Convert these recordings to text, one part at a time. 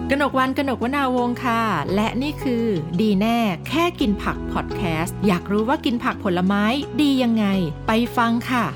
กนกวรรณ กนกวนาวงศ์ค่ะและนี่คือดีแน่แค่กินผักพอดแคสต์อยากรู้ว่ากินผักผลไม้ดียังไงไปฟังค่ะ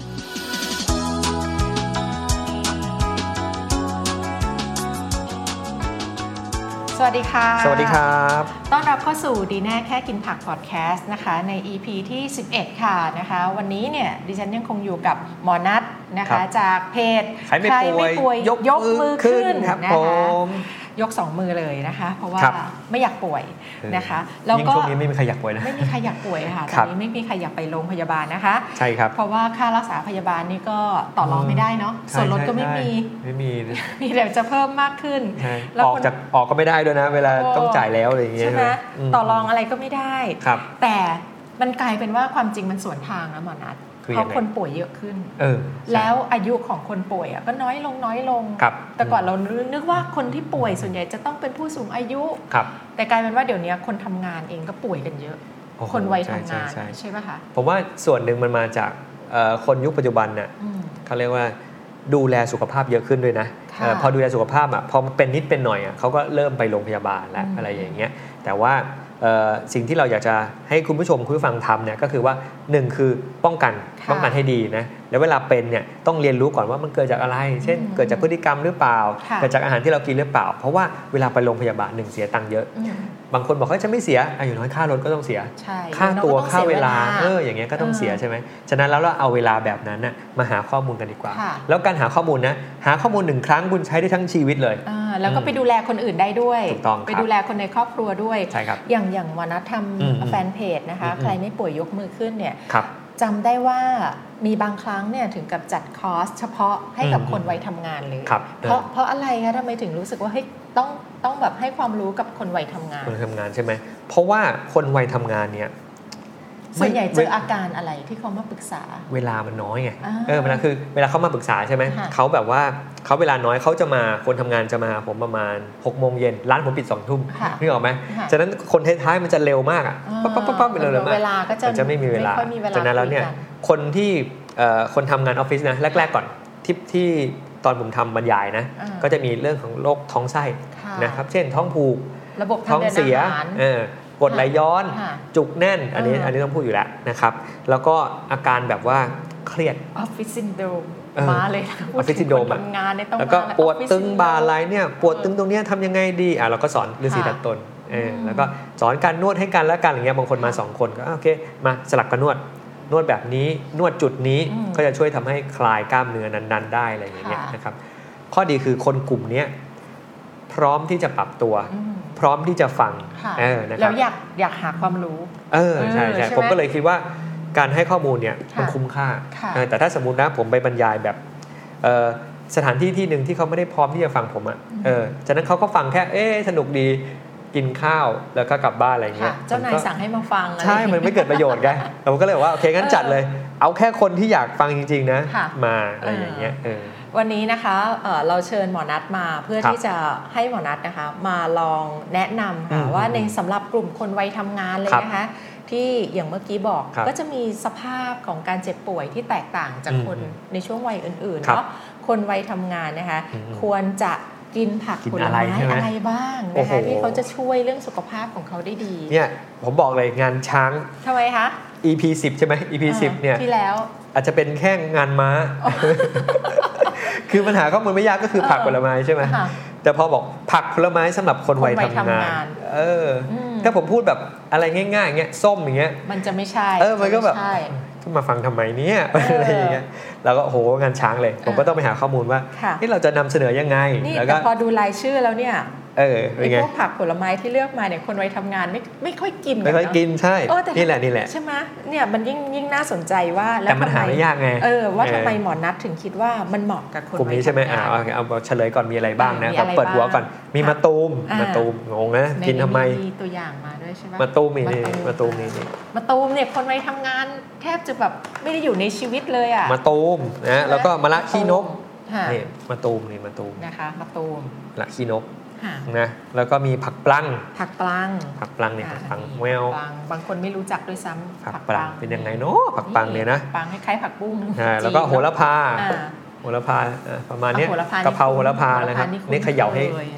สวัสดีค่ะสวัสดีครับต้อนรับเข้าสู่ดีแน่แค่กินผักพอดแคสต์นะคะใน EP ที่11ค่ะนะคะวันนี้เนี่ยดิฉันยังคงอยู่กับหมอนัทนะคะจากเพจใครไม่ป่วยยกมือขึ้นครับนะคะผมยก2มือเลยนะคะเพราะว่าไม่อยากป่วยนะคะแล้วก็ช่วงนี้ไม่มีใครอยากป่วยนะไม่มีใครอยากป่วยค่ะตอนนี้ไม่มีใครอยากไปโรงพยาบาลนะคะใช่ครับเพราะว่าค่ารักษาพยาบาลนี่ก็ต่อรองไม่ได้เนาะส่วนลดก็ไม่มีแต่จะเพิ่มมากขึ้นแล้วออกก็ไม่ได้ด้วยนะเวลาต้องจ่ายแล้วอะไรอย่างเงี้ยใช่ไหมต่อรองอะไรก็ไม่ได้แต่มันกลายเป็นว่าความจริงมันสวนทางนะหมอนัทเพราะคนป่วยเยอะขึ้นแล้วอายุของคนป่วยก็น้อยลงแต่ก่อนเรานึกว่าคนที่ป่วยส่วนใหญ่จะต้องเป็นผู้สูงอายุแต่กลายเป็นว่าเดี๋ยวนี้คนทำงานเองก็ป่วยกันเยอะคนวัยทำงานใช่ป่ะคะผมว่าส่วนหนึ่งมันมาจากคนยุคปัจจุบันน่ะเขาเรียกว่าดูแลสุขภาพเยอะขึ้นด้วยนะพอดูแลสุขภาพพอเป็นนิดเป็นหน่อยเขาก็เริ่มไปโรงพยาบาลแล้วอะไรอย่างเงี้ยแต่ว่าสิ่งที่เราอยากจะให้คุณผู้ชมคุณผู้ฟังทำเนี่ยก็คือว่า1คือป้องกันให้ดีนะแล้วเวลาเป็นเนี่ยต้องเรียนรู้ก่อนว่ามันเกิดจากอะไรเช่นเกิดจากพฤติกรรมหรือเปล่าเกิดจากอาหารที่เรากินหรือเปล่าเพราะว่าเวลาไปโรงพยาบาล1เสียตังค์เยอะบางคนบอกว่าจะไม่เสียอย่างน้อยค่ารถก็ต้องเสียค่าตัวค่าเวลาอย่างเงี้ยก็ต้องเสียใช่ไหมฉะนั้นแล้วเราเอาเวลาแบบนั้นน่ะมาหาข้อมูลกันดีกว่าแล้วการหาข้อมูลนะหาข้อมูล1ครั้งคุณใช้ได้ทั้งชีวิตเลยแล้วก็ไปดูแลคนอื่นได้ด้วยไปดูแลคนในครอบครัวด้วยอย่างวรรณธรรมแฟนเพจนะคะใครไม่ป่วยยกมือขึ้นเนี่ยจำได้ว่ามีบางครั้งเนี่ยถึงกับจัดคอร์สเฉพาะให้กับคนวัยทำงานเลยเพราะอะไรคะทำไมถึงรู้สึกว่าเฮ้ยต้องแบบให้ความรู้กับคนวัยทำงานใช่ไหมเพราะว่าคนวัยทำงานเนี่ยส่วนใหญ่เจออาการอะไรที่เขามาปรึกษาเวลามันน้อยไงมันคือเวลาเขามาปรึกษาใช่ไหมเขาแบบว่าเขาเวลาน้อยเขาจะมาคนทำงานจะมาผมประมาณ 6:00 นร้านผมปิด 20:00 นนึกออกไหมฉะนั้นคนท้ายๆมันจะเร็วมากปั๊บไปเลยเวลาก็จะไม่มีเวลาฉะนั้นแล้วเนี่ยคนที่คนทำงานออฟฟิศนะแรกๆก่อนที่ตอนผมทำบรรยายนะก็จะมีเรื่องของโรคท้องไส้นะครับเช่นท้องผูกระบบท้องเสียกดไหลย้อนจุกแน่นอันนี้ต้องพูดอยู่แล้วนะครับแล้วก็อาการแบบว่าเครียดออฟฟิศซินโดรมมาเลยออฟฟิศซินโดรมแล้วก็ปวดตึงบ่าไหล่เนี่ยปวดตึงตรงนี้ทำยังไงดีเราก็สอนฤาษีตัดตนแล้วก็สอนการนวดให้กันและกันอย่างเงี้ยบางคนมา2คนก็โอเคมาสลับกันนวดแบบนี้นวดจุดนี้ก็จะช่วยทำให้คลายกล้ามเนื้อนั้นๆได้อะไรอย่างเงี้ยนะครับข้อดีคือคนกลุ่มนี้พร้อมที่จะปรับตัวพร้อมที่จะฟังนะครับแล้วอยากหาความรู้ใช่ผมก็เลยคิดว่าการให้ข้อมูลเนี่ยมันคุ้มค่าแต่ถ้าสมมุตินะผมไปบรรยายแบบสถานที่ที่นึงที่เขาไม่ได้พร้อมที่จะฟังผมฉะนั้นเขาก็ฟังแค่สนุกดีกินข้าวแล้วก็กลับบ้านอะไรเงี้ยเจ้านายสั่งให้มาฟังใช่มันไม่เกิดประโยชน์ไงเราก็เลยบอกว่าโอเคงั้นจัดเลยเอาแค่คนที่อยากฟังจริงๆนะมาอะไรอย่างเงี้ยวันนี้นะคะเราเชิญหมอนัทมาเพื่อที่จะให้หมอนัทนะคะมาลองแนะนำค่ะว่าในสำหรับกลุ่มคนวัยทำงานเลยนะคะที่อย่างเมื่อกี้บอกก็จะมีสภาพของการเจ็บป่วยที่แตกต่างจากคนในช่วงวัยอื่นๆเนาะคนวัยทำงานนะคะควรจะกินผักผลไม้อะไรบ้างนะคะที่เขาจะช่วยเรื่องสุขภาพของเขาได้ดีเนี่ยผมบอกเลยงานช้างทำไมคะ EP 10ใช่ไหม EP 10เนี่ยที่แล้วอาจจะเป็นแค่งานม้าคือปัญหาข้อมูลไม่ยากก็คือผักผลไม้ใช่ไหมแต่พอบอกผักผลไม้สำหรับคนวัยทำงานถ้าผมพูดแบบอะไรง่ายๆอย่างเงี้ยส้มอย่างเงี้ยมันจะไม่ใช่มันก็แบบมาฟังทำไมเนี่ยอะไรอย่างเงี้ยแล้วก็โหงานช้างเลยผมก็ต้องไปหาข้อมูลว่าที่เราจะนำเสนอยังไงแล้วก็พอดูรายชื่อแล้วเนี่ยไอ้พวกผักผลไม้ที่เลือกมาเนี่ยคนวัยทำงานไม่ค่อยกินใช่นี่แหละใช่ไหมเนี่ยมันยิ่งน่าสนใจว่าแต่มันหาไม่ยากไงว่าทำไมหมอนัทถึงคิดว่ามันเหมาะกับคนกลุ่มนี้ใช่ไหมเอาเฉลยก่อนมีอะไรบ้างนะเปิดหัวก่อนมีมะตูมงงนะกินทำไมมีตัวอย่างมาด้วยใช่ไหมมะตูมนี่มะตูมเนี่ยคนวัยทำงานแทบจะแบบไม่ได้อยู่ในชีวิตเลยมะตูมนะแล้วก็มะละขี้นกนี่มะตูมนะคะมะตูมมะละขี้นกนะแล้วก็มีผักปลังเนี่ยผักปลังแววบางคนไม่รู้จักด้วยซ้ำผักปลังเป็นยังไงเนาะผักปลังเนี่ยนะปลังคล้ายๆผักบุ้งแล้วก็โหระพาประมาณนี้กะเพราโหระพานะครับนี่เขย่าให้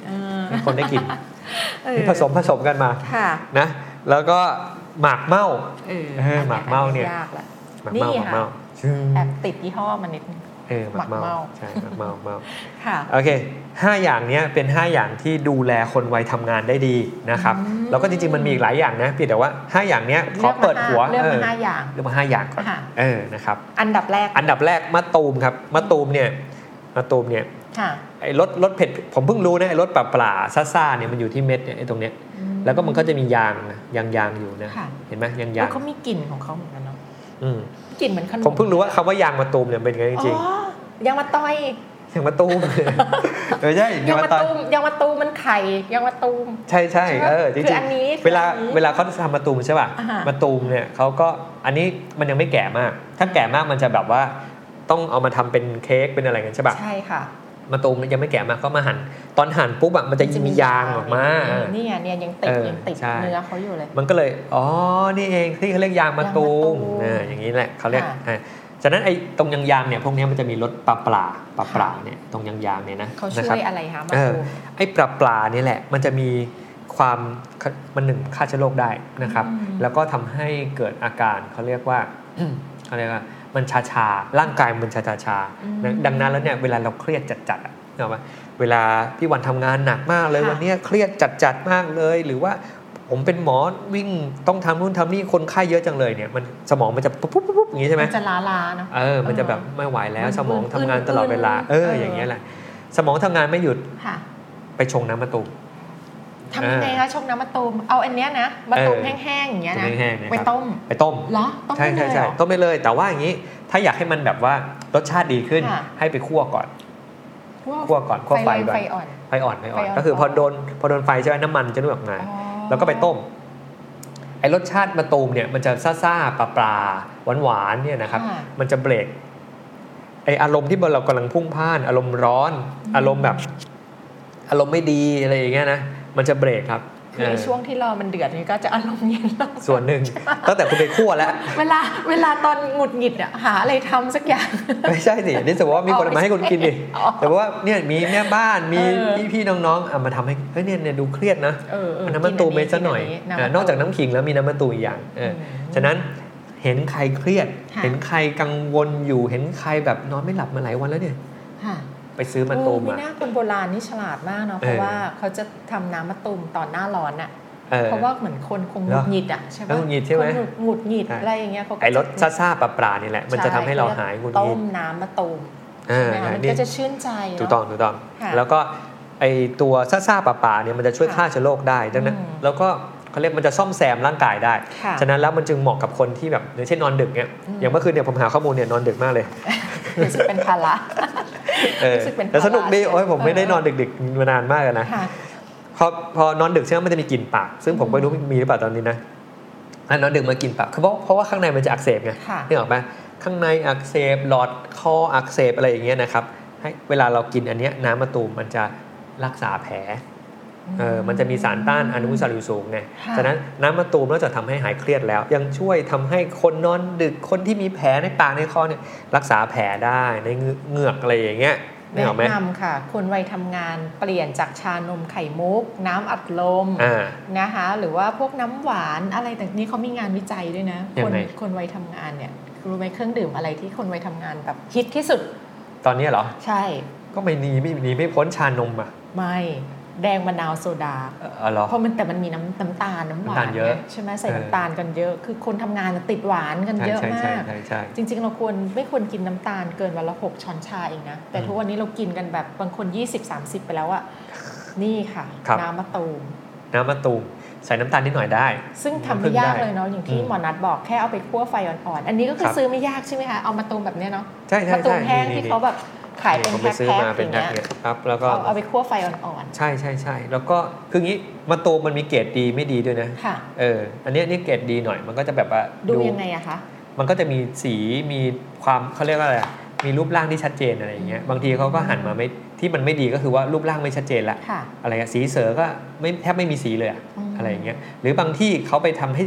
ให้คนได้กินนี่ผสมกันมานะแล้วก็หมากเม่าหมากเม่าเนี่ยหมากเม่าแอบติดยี่ห้อมันนิดนึงหมากเม่าใช่หมากเม่าค่ะโอเค5อย่างนี้เป็น5อย่างที่ดูแลคนวัยทำงานได้ดีนะครับแล้วก็จริงๆมันมีอีกหลายอย่างนะพี่แต่ว่า5อย่างนี้ขอเปิดหัวเลือกมา5อย่างเลือกมา5อย่างก่อนนะครับอันดับแรกมะตูมครับมะตูมเนี่ยไอ้รสเผ็ดผมเพิ่งรู้นะไอ้รสปลาซ่าเนี่ยมันอยู่ที่เม็ดเนี่ยไอ้ตรงเนี้ยแล้วก็มันก็จะมียางอยู่นะเห็นไหมยางเขามีกลิ่นของเขาเหมือนกันเนาะกลิ่นเหมือนขนมผมเพิ่งรู้ว่าคำว่ายางมะตูมเนี่ยเป็นไงจริงยางมะตอยยางมะตูมใช่ยางมะตูมมันไข่ยางมะตูมใช่จริงๆเวลาเขาทำมะตูมใช่ป่ะมะตูมเนี่ยเขาก็อันนี้มันยังไม่แก่มากถ้าแก่มากมันจะแบบว่าต้องเอามาทำเป็นเค้กเป็นอะไรกันใช่ป่ะใช่ค่ะมะตูมยังไม่แก่มากก็มาหั่นตอนหั่นปุ๊บอ่ะมันจะมียางออกมานี่ยังติดเนื้อเขาอยู่เลยมันก็เลยนี่เองที่เขาเรียกยางมะตูมอย่างนี้แหละเขาเรียกฉะนั้นไอ้ตรงยางเนี่ยพวกนี้มันจะมีรสปลาเนี่ยตรงยางเนี่ยนะเขาช่วยอะไรคะมะตูมไอ้ปลานี่แหละมันจะมีความมันฆ่าเชื้อโรคได้นะครับแล้วก็ทำให้เกิดอาการเขาเรียกว่ามันชาร่างกายมันชาดังนั้นแล้วเนี่ยเวลาเราเครียดจัดๆเห็นไหมเวลาพี่วันทำงานหนักมากเลยวันนี้เครียดจัดมากเลยหรือว่าผมเป็นหมอวิ่งต้องทำนู่นทำนี่คนไข้เยอะจังเลยเนี่ยมันสมองมันจะปุ๊บอย่างนี้ใช่ไหมมันจะล้าๆเนาะมันจะแบบไม่ไหวแล้วสมองทำงานตลอดเวลาอย่างเงี้ยแหละสมองทำงานไม่หยุดไปชงน้ำมะตูมทำยังไงคะชงน้ำมะตูมเอาอันเนี้ยนะมะตูมแห้งๆอย่างเงี้ยนะไปต้มเหรอต้มได้เลยใช่ต้มได้เลยแต่ว่าอย่างนี้ถ้าอยากให้มันแบบว่ารสชาติดีขึ้นให้ไปคั่วก่อนคั่วไฟก่อนไฟอ่อนก็คือพอโดนไฟใช่ไหมน้ำมันจะนุ่มออกมาแล้วก็ไปต้มไอ้รสชาติมะตูมเนี่ยมันจะซ่าๆปลาหวานๆเนี่ยนะครับมันจะเบรกไอ้อารมณ์ที่เรากำลังพุ่งพ่านอารมณ์ร้อนอารมณ์แบบอารมณ์ไม่ดีอะไรอย่างเงี้ยนะมันจะเบรกครับคือในช่วงที่รอมันเดือดนี่ก็จะอารมณ์เย็นลงส่วนหนึ่งตั้งแต่คุณไปคั่วแล้วเวลาตอนหงุดหงิดอ่ะหาอะไรทำสักอย่างไม่ใช่สินี่สมมติว่ามีคนมาให้คุณกินดิแต่ว่าเนี่ยมีแม่บ้านมีพี่น้องๆมาทำให้เฮ้ยเนี่ยดูเครียดนะน้ำมะตูมไปซะหน่อยนอกจากน้ำขิงแล้วมีน้ำมะตูมอีกอย่างฉะนั้นเห็นใครเครียดเห็นใครกังวลอยู่เห็นใครแบบนอนไม่หลับมาหลายวันแล้วเนี่ยไปซื้อมะตูมมีหน้าคนโบราณนี่ฉลาดมากเนาะเพราะว่าเขาจะทำน้ำมะตูมตอนหน้าร้อนอ่ะเพราะว่าเหมือนคนคงหงุดหงิดอ่ะใช่ไหมหงุดหงิดใช่ไหมหงุดหงิดอะไรอย่างเงี้ยเขาไอ้รสซ่าๆปลาๆนี่แหละมันจะทำให้เราหายหงุดหงิดต้มน้ำมะตูมมันก็จะชื่นใจถูกต้องแล้วก็ไอ้ตัวซ่าๆปลาๆเนี่ยมันจะช่วยฆ่าเชื้อโรคได้ดังนั้นแล้วก็เขาเรียกมันจะซ่อมแซมร่างกายได้ฉะนั้นแล้วมันจึงเหมาะกับคนที่แบบอย่างเช่นนอนดึกเนี่ยอย่างเมื่อคืนเนี่ยผมหาข้อมูลเนี่ยนอนดึกมากเลยรู้สึกเป็นภาระแต่สนุกดีโอ้ยผมไม่ได้นอนดึกๆมานานมากนะพอนอนดึกใช่ไหมมันจะมีกลิ่นปากซึ่งผมไม่รู้มีหรือเปล่าตอนนี้นะนอนดึกมากลิ่นปากเพราะว่าข้างในมันจะอักเสบไงนึกออกไหมข้างในอักเสบหลอดคออักเสบอะไรอย่างเงี้ยนะครับให้เวลาเรากินอันเนี้ยน้ำมะตูมมันจะรักษาแผลมันจะมีสารต้านอนุมูลอิสระอยู่สูงไงฉะนั้นน้ำมะตูมนอกจากทำให้หายเครียดแล้วยังช่วยทำให้คนนอนดึกคนที่มีแผลในปากในคอเนี่ยรักษาแผลได้ในเหงือกอะไรอย่างเงี้ยแนะนำค่ะคนวัยทำงานเปลี่ยนจากชานมไข่มุกน้ำอัดลมนะคะหรือว่าพวกน้ำหวานอะไรต่างนี้เขามีงานวิจัยด้วยนะคนวัยทำงานเนี่ยรู้ไหมเครื่องดื่มอะไรที่คนวัยทำงานแบบฮิตที่สุดตอนนี้เหรอใช่ก็ไม่พ้นชานมอ่ะไม่แดงมะนาวโซดาเพราะมันมีน้ำตาลน้ำหวานเยอะใช่ไหมใส่น้ำตาลกันเยอะคือคนทำงานติดหวานกันเยอะมากจริงๆเราไม่ควรกินน้ำตาลเกินวันละ6 ช้อนชาเองนะแต่ทุกวันนี้เรากินกันแบบบางคน20-30ไปแล้วอะนี่ค่ะน้ำมะตูมใส่น้ำตาลนิดหน่อยได้ซึ่งทำไม่ยากเลยเนาะอย่างที่หมอนัทบอกแค่เอาไปคั่วไฟอ่อนๆอันนี้ก็คือซื้อไม่ยากใช่ไหมคะเอามะตูมแบบนี้เนาะมะตูมแห้งที่เขาแบบขายเป็นแพ็คๆอย่างเงี้ยครับแล้วก็เอาไปคั่วไฟอ่อนๆใช่แล้วก็คืองี้มะตูมมันมีเกรดดีไม่ดีด้วยนะค่ะอันนี้เกรดดีหน่อยมันก็จะแบบว่าดูยังไงอะคะมันก็จะมีสีมีความเขาเรียกว่าอะไรมีรูปร่างที่ชัดเจนอะไรอย่างเงี้ยบางทีเขาก็หันมาไม่ที่มันไม่ดีก็คือว่ารูปร่างไม่ชัดเจนละอะไรสีเสือก็แทบไม่มีสีเลยอะไรอย่างเงี้ยหรือบางที่เขาไปทำให้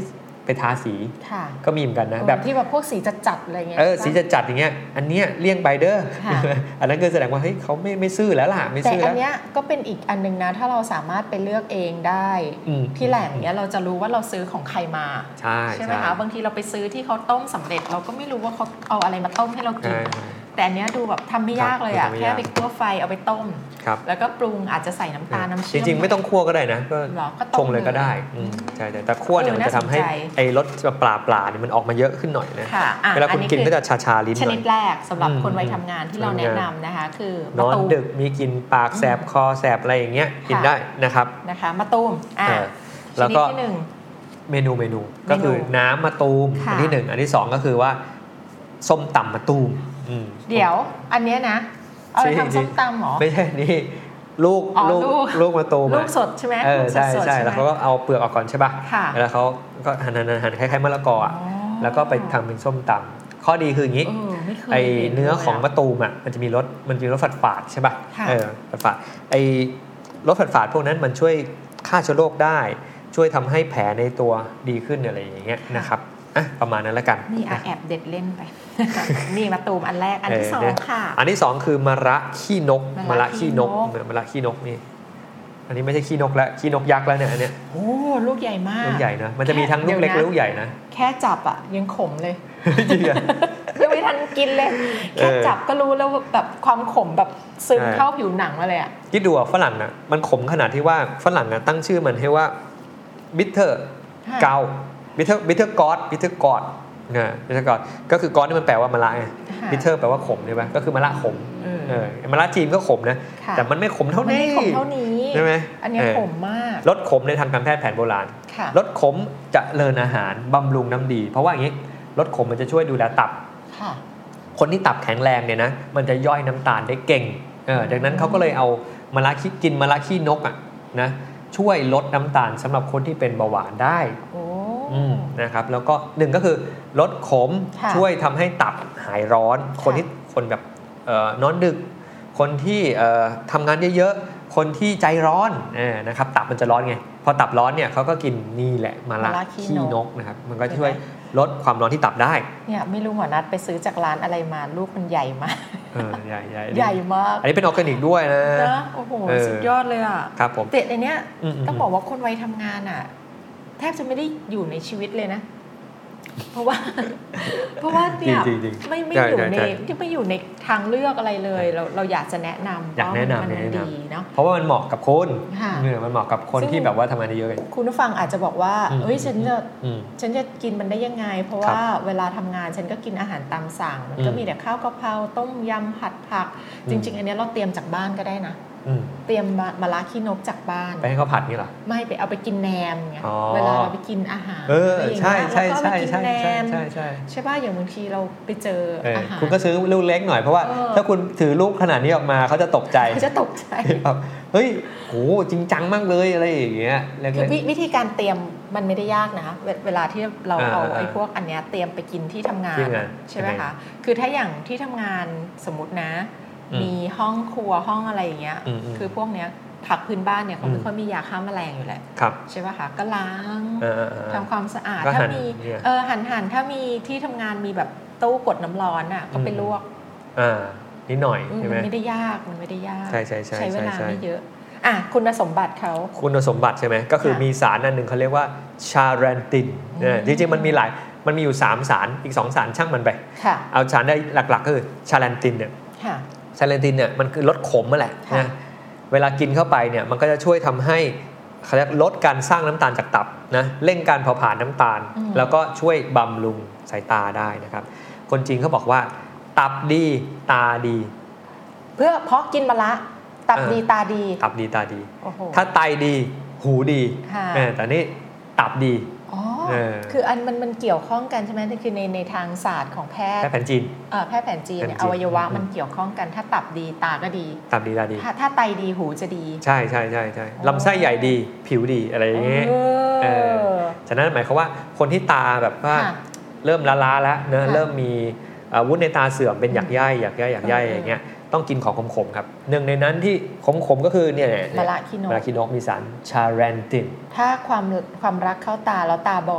ไปทาสีก็มีเหมือนกันนะแบบที่แบบพวกสีจัดๆอะไรเงี้ยสีจัดๆอย่างเงี้ยอันเนี้ยเลี่ยงไปเด้ออันนั้นก็แสดงว่าเฮ้ยเขาไม่ซื่อแล้วล่ะไม่ซื่อแล้วแต่อันเนี้ยก็เป็นอีกอันนึงนะถ้าเราสามารถไปเลือกเองได้ที่แหล่งเนี้ยเราจะรู้ว่าเราซื้อของใครมาใช่ไหมคะบางทีเราไปซื้อที่เขาต้มสำเร็จเราก็ไม่รู้ว่าเขาเอาอะไรมาต้มให้เรากินแต่อันเนี้ยดูแบบทำไม่ยากเลยอ่ะแค่ไปคั่วไฟเอาไปต้มแล้วก็ปรุงอาจจะใส่น้ำตาลน้ำเชื่อมจริงๆไม่ต้องคั่วก็ได้นะก็ชงเลยก็ได้ใช่แต่คั่วเนี่ยมันจะทำให้ไอ้รสปลาเนี่ยมันออกมาเยอะขึ้นหน่อยนะเวลาคุณกินก็จะชาลิ้นหน่อยชนิดแรกสำหรับคนวัยทำงานที่เราแนะนำนะคะคือนอนดึกมีกินปากแสบคอแสบอะไรอย่างเงี้ยกินได้นะครับมะตูมแล้วก็เมนูก็คือน้ำมะตูมอันที่1อันที่2ก็คือว่าส้มตำมะตูมเดี๋ยวอันเนี้ยนะเอาไปทำส้มตำหรอไม่ใช่นี่ลูกมะตูมลูกสดใช่ไหมใช่แล้วเขาก็เอาเปลือกออกก่อนใช่ป่ะแล้วเขาก็หั่นคล้ายๆมะละกอแล้วก็ไปทำเป็นส้มตำข้อดีคืออย่างนี้ไอเนื้อของมะตูมอ่ะมันจะมีรสฝาดๆใช่ป่ะฝาดไอรสฝาดๆพวกนั้นมันช่วยฆ่าเชื้อโรคได้ช่วยทำให้แผลในตัวดีขึ้นอะไรอย่างเงี้ยนะครับประมาณนั้นแล้วกันนี่แอบเด็ดเล่นไปนี่มะตูมอันแรกอันที่2ค่ะอันที่2คือมะระขี้นกนี่อันนี้ไม่ใช่ขี้นกแล้วขี้นกยักษ์แล้วเนี่ยอันเนี้ยโอ้ลูกใหญ่มากลูกใหญ่นะมันจะมีทั้งลูกเล็กและลูกใหญ่นะแค่จับอ่ะยังขมเลยยังไม่ทันกินเลยแค่จับก็รู้แล้วแบบความขมแบบซึมเข้าผิวหนังมาเลยอ่ะคิดดูฝรั่งอ่ะมันขมขนาดที่ว่าฝรั่งอ่ะตั้งชื่อมันให้ว่าบิทเทอร์เกาบิทเทอร์กอดบิทเทอร์กอดก็คือกอดนี่มันแปลว่ามะระไงบิทเทอร์แปลว่าขมใช่ไหมก็คือมะระขมมะระจีนก็ขมนะแต่มันไม่ขมเท่านี้ใช่ไหมอันนี้ขมมากลดขมในทางการแพทย์แผนโบราณลดขมเจริญอาหารบำรุงน้ำดีเพราะว่าอย่างนี้ลดขมมันจะช่วยดูแลตับคนที่ตับแข็งแรงเนี่ยนะมันจะย่อยน้ำตาลได้เก่งดังนั้นเขาก็เลยเอามะระขี้นกอ่ะนะช่วยลดน้ำตาลสำหรับคนที่เป็นเบาหวานได้นะครับแล้วก็1ก็คือลดขมช่วยทำให้ตับหายร้อนคนแบบนอนดึกคนที่ทำงานเยอะๆคนที่ใจร้อนนะครับตับมันจะร้อนไงพอตับร้อนเนี่ยเขาก็กินนี่แหละมะระขี้นกนะครับมันก็ช่วยลดความร้อนที่ตับได้เนี่ยไม่รู้หมอนัดไปซื้อจากร้านอะไรมาลูกมันใหญ่มากใหญ่มากอันนี้เป็นออร์แกนิกด้วยนะโอ้โหสุดยอดเลยอ่ะครับผมแต่ในเนี้ยต้องบอกว่าคนวัยทำงานอ่ะแทบจะไม่ได้อยู่ในชีวิตเลยนะเพราะว่าเนี่ยไม่อยู่ในทางเลือกอะไรเลยเราอยากจะแนะนำมันดีเนาะเพราะว่ามันเหมาะกับคนมันเหมาะกับคนที่แบบว่าทำงานเยอะๆคุณผู้ฟังอาจจะบอกว่าเฮ้ยฉันจะกินมันได้ยังไงเพราะว่าเวลาทำงานฉันก็กินอาหารตามสั่งมันก็มีแต่ข้าวกะเพราต้มยำผัดผักจริงๆอันนี้เราเตรียมจากบ้านก็ได้นะเตรียมมะระขี้นกจากบ้านไปให้เขาผัดนี่หรอไม่ไปเอาไปกินแหนมไงเวลาเราไปกินอาหารใช่ใช่ใช่ใช่ป่ะอย่างบางทีเราไปเจออาหารคุณก็ซื้อลูกเล็กหน่อยเพราะว่าถ้าคุณถือลูกขนาดนี้ออกมาเขาจะตกใจเฮ้ยโหจริงจังมากเลยอะไรอย่างเงี้ยวิธีการเตรียมมันไม่ได้ยากนะเวลาที่เราเอาไอ้พวกอันเนี้ยเตรียมไปกินที่ทำงานใช่ไหมคะคือถ้าอย่างที่ทำงานสมมตินะมีห้องครัวห้องอะไรอย่างเงี้ยคือพวกเนี้ยผักพื้นบ้านเนี่ยเขาไม่ค่อยมียาฆ่าแมลงอยู่แหละใช่ป่ะคะก็ล้างทำความสะอาดถ้ามีหั่นถ้ามีที่ทำงานมีแบบตู้กดน้ำร้อนอ่ะก็ไปลวกนิดหน่อยใช่ไหมมันไม่ได้ยากใช้เวลาไม่เยอะคุณสมบัติเขาคุณสมบัติใช่ไหมก็คือมีสารอันหนึ่งเขาเรียกว่าชาแรนตินจริงๆมันมีอยู่3สารอีก2สารช่างมันไปเอาสารได้หลักๆก็คือชาแรนตินเนี่ยชาแรนตินเนี่ยมันคือลดขมนั่นแหละนะเวลากินเข้าไปเนี่ยมันก็จะช่วยทำให้เขาเรียกลดการสร้างน้ำตาลจากตับนะเร่งการเผาผลาญน้ำตาลแล้วก็ช่วยบำรุงสายตาได้นะครับคนจีนเขาบอกว่าตับดีตาดีเพราะกินมะระตับดีตาดีถ้าไตดีหูดีแต่นี่ตับดีคืออันมันเกี่ยวข้องกันใช่ไหมคือในทางศาสตร์ของแพทย์แผนจีนแพทย์แผนจีนเนี่ยอวัยวะมันเกี่ยวข้องกันถ้าตับดีตาก็ดีตับดีตาดีถ้าไตดีหูจะดีใช่ลำไส้ใหญ่ดีผิวดีอะไรอย่างเงี้ยฉะนั้นหมายความว่าคนที่ตาแบบว่าเริ่มล้าแล้วเนอะเริ่มมีวุ้นในตาเสื่อมเป็นหยักใยอย่างเงี้ยต้องกินของขมๆครับหนึ่งในนั้นที่ขมๆก็คือเนี่ยมะระขี้นกมีสารชาแรนตินถ้าความรักเข้าตาแล้วตาบอด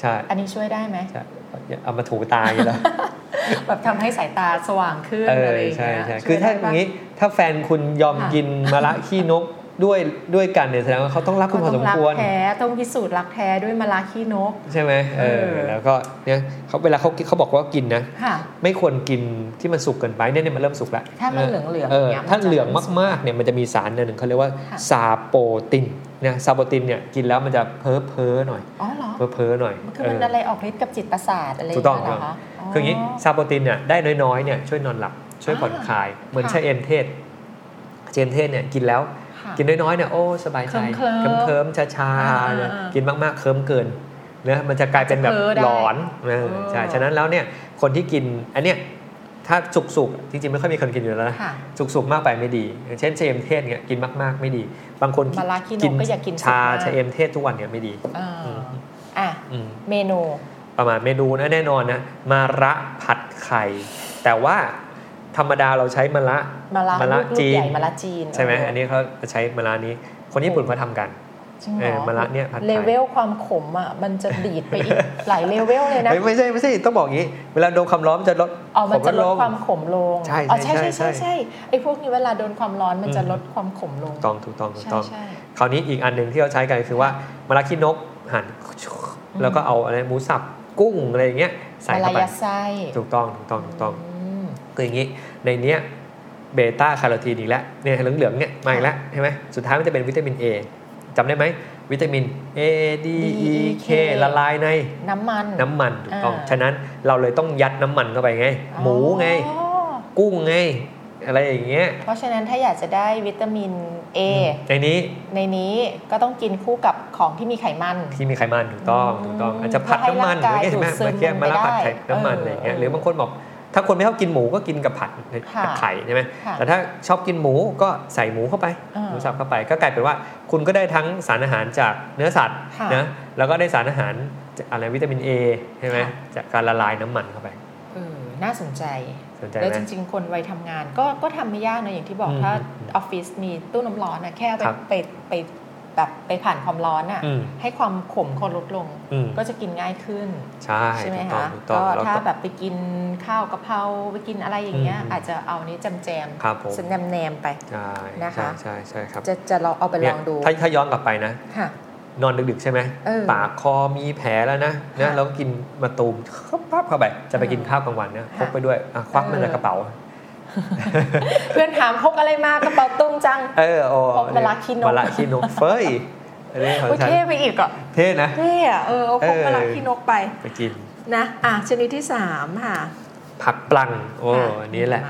ใช่อันนี้ช่วยได้ไหมใช่เอามาถูตาอย่างนี้แล้วแบบทำให้สายตาสว่างขึ้นอะไรอย่างเงี้ยใช่คือถ้าอย่างนี้ถ้าแฟนคุณยอมกินมะระขี้นกด้วยกันเนี่ยแสดงว่าเขาต้องรักคุณพอสมควรต้องพิสูจน์รักแท้ด้วยมะระขี้นกใช่ไหมแล้วก็เนี่ยเขาเวลาเขาบอกว่ากินนะไม่ควรกินที่มันสุกเกินไปเนี่ยมันเริ่มสุกแล้วถ้ามันเหลืองๆถ้าเหลืองมากๆเนี่ยมันจะมีสารหนึ่งเขาเรียกว่าซาโปตินเนี่ยซาโปตินเนี่ยกินแล้วมันจะเพ้อหน่อยอ๋อเหรอเพ้อหน่อยคือมันอะไรออกฤทธิ์กับจิตประสาทอะไรอย่างเงี้ยเหรอคะคืออย่างนี้ซาโปตินเนี่ยได้น้อยๆเนี่ยช่วยนอนหลับช่วยผ่อนคลายเหมือนชาเอมเทศเนี่ยกินแล้วกินน้อยๆเนี่ยโอ้สบายใจเคิมๆชาๆกินมากๆเคิมเกินนะมันจะกลายเป็นแบบหลอนใช่ฉะนั้นแล้วเนี่ยคนที่กินอันเนี้ยถ้าสุกๆจริงๆไม่ค่อยมีคนกินอยู่แล้วนะสุกๆมากไปไม่ดีอย่างเช่นชาเอมเทศเนี่ยกินมากๆไม่ดีบางคนกินชาเอมเทศทุกวันเนี่ยไม่ดีเมนูประมาณเมนูนะแน่นอนนะมะระผัดไข่แต่ว่าธรรมดาเราใช้มะระจีนใช่ไหมอันนี้เขาใช้มะระนี้คนญี่ปุ่นเขาทำกันมะระเนี่ยผัดไข่เลเวลความขมอ่ะมันจะดีดไปอีกหลายเลเวลเลยนะไม่ใช่ต้องบอกงี้เวลาโดนความร้อนมันจะลดความขมลงใช่ไอ้พวกนี้เวลาโดนความร้อนมันจะลดความขมลงถูกต้องคราวนี้อีกอันนึงที่เราใช้กันคือว่ามะระขี้นกหั่นแล้วก็เอาอะไรหมูสับกุ้งอะไรอย่างเงี้ยใส่เข้าไปถูกต้องคืออย่างนี้ในเนี้ยเบต้าแคโรทีนอีกแล้วเนี่ยเหลืองๆเนี่ยมาอีกแล้วใช่ไหมสุดท้ายมันจะเป็นวิตามิน A จำได้ไหมวิตามิน A D E K ละลายในน้ำมันถูกต้องฉะนั้นเราเลยต้องยัดน้ำมันเข้าไปไงหมูไงกุ้งไงอะไรอย่างเงี้ยเพราะฉะนั้นถ้าอยากจะได้วิตามิน A ในนี้ก็ต้องกินคู่กับของที่มีไขมันถูกต้องอาจจะผัดน้ำมันอย่างเงี้ยใช่ไหมเมื่อกี้มาละผัดน้ำมันอะไรอย่างเงี้ยหรือบางคนบอกถ้าคนไม่ชอบกินหมูก็กินกับผัดไข่ใช่ไหมแต่ถ้าชอบกินหมูก็ใส่หมูเข้าไปหมูสับเข้าไปก็กลายเป็นว่าคุณก็ได้ทั้งสารอาหารจากเนื้อสัตว์นะแล้วก็ได้สารอาหารอะไรวิตามิน A ใช่ไหมจากการละลายน้ำมันเข้าไปน่าสนใจแล้วจริงๆคนวัยทำงานก็ทำไม่ยากนะอย่างที่บอกถ้าออฟฟิศมีตู้น้ำร้อนนะแค่ไปแบบไปผ่านความร้อนอ่ะให้ความขมเขาลดลงก็จะกินง่ายขึ้นใช่ไหมคะก็ถ้าแบบไปกินข้าวกะเพราไปกินอะไรอย่างเงี้ยอาจจะเอานี้แจมแนมไปนะคะใช่ครับจะลองเอาไปลองดูถ้าย้อนกลับไปนะนอนดึกๆใช่ไหมปากคอมีแผลแล้วนะแล้วก็กินมะตูมปั๊บเข้าไปจะไปกินข้าวกลางวันเนี่ยพกไปด้วยควักมันในกระเป๋าเพื่อนถามพกอะไรมากระเป๋าตุ้มจังพกมะระขี้นกเฟ้ยเท่ไปอีกอ่ะเท่นะเท่อะพกมะระขี้นกไปกินนะชนิดที่3ค่ะผักปลังอันนี้แหละ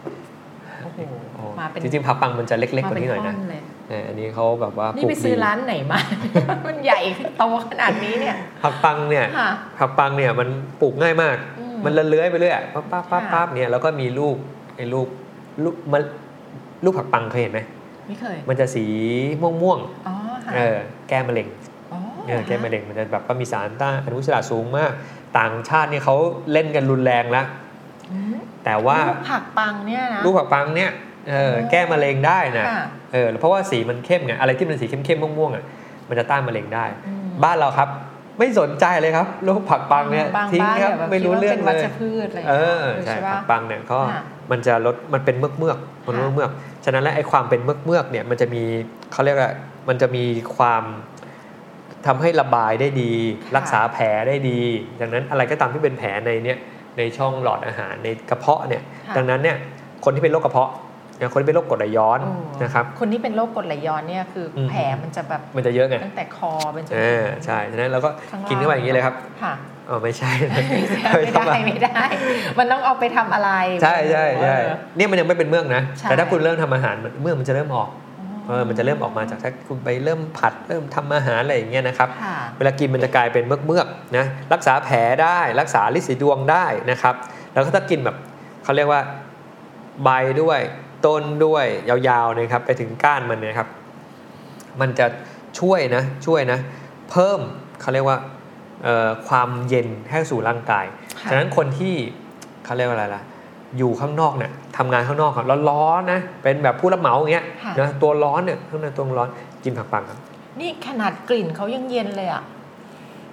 จริงๆผักปลังมันจะเล็กๆกว่านี้หน่อยนะอันนี้เขาแบบว่านี่ไปซื้อร้านไหนมามันใหญ่โตขนาดนี้เนี่ยผักปังเนี่ยมันปลูกง่ายมากมันเลื้อยไปเรื่อยปั๊บเนี่ยแล้วก็มีลูกผักปังเคยเห็นไหมไม่เคยมันจะสีม่วงแก้มะเร็งแก้มะเร็งมันจะแบบว่ามีสารต้านอนุมูลอิสระสูงมากต่างชาตินี่เขาเล่นกันรุนแรงแล้วแต่ว่าลูกผักปังเนี่ยนะลูกผักปังเนี่ยแก้มะเร็งได้นะเพราะว่าสีมันเข้มไงอะไรที่มันสีเข้มๆม่วงๆอ่ะมันจะต้านมะเร็งได้บ้านเราครับไม่สนใจเลยครับลูกผักปังเนี่ยทิ้งครับไม่รู้เรื่องเลยใช่ผักปังเนี่ยก็มันจะลดมันเป็นเมือกฉะนั้นแล้วไอ้ความเป็นเมือกเนี่ยมันจะมีเขาเรียกว่ามันจะมีความทำให้ระบายได้ดีรักษาแผลได้ดีดังนั้นอะไรก็ตามที่เป็นแผลในช่องหลอดอาหารในกระเพาะเนี่ยดังนั้นเนี่ยคนที่เป็นโรคกระเพาะคนที่เป็นโรคกรดไหลย้อนนะครับคนที่เป็นโรคกรดไหลย้อนเนี่ยคือแผลมันจะแบบมันจะเยอะไงตั้งแต่คอเป็นจนใช่ฉะนั้นเราก็กินเข้าไปอย่างนี้เลยครับไม่ใช่ไม่ได้มันต้องเอาไปทำอะไรใช่เนี่ยมันยังไม่เป็นเมือกนะแต่ถ้าคุณเริ่มทำอาหารเมือกมันจะเริ่มออกมันจะเริ่มออกมาจากถ้าคุณไปเริ่มผัดเริ่มทำอาหารอะไรอย่างเงี้ยนะครับเวลากินมันจะกลายเป็นเมือกนะรักษาแผลได้รักษาลิสีดวงได้นะครับแล้วก็ถ้ากินแบบเขาเรียกว่าใบด้วยต้นด้วยยาวๆนะครับไปถึงก้านมันนะครับมันจะช่วยนะเพิ่มเขาเรียกว่าความเย็นให้สู่ร่างกายฉะนั้นคนที่เขาเรียกว่าอะไรล่ะอยู่ข้างนอกเนี่ยทำงานข้างนอกร้อนๆนะเป็นแบบผู้รับเหมาอย่างเงี้ยนะตัวร้อนเนี่ยข้างในตัวร้อนกินผักปังครับนี่ขนาดกลิ่นเขายังเย็นเลยอ่ะ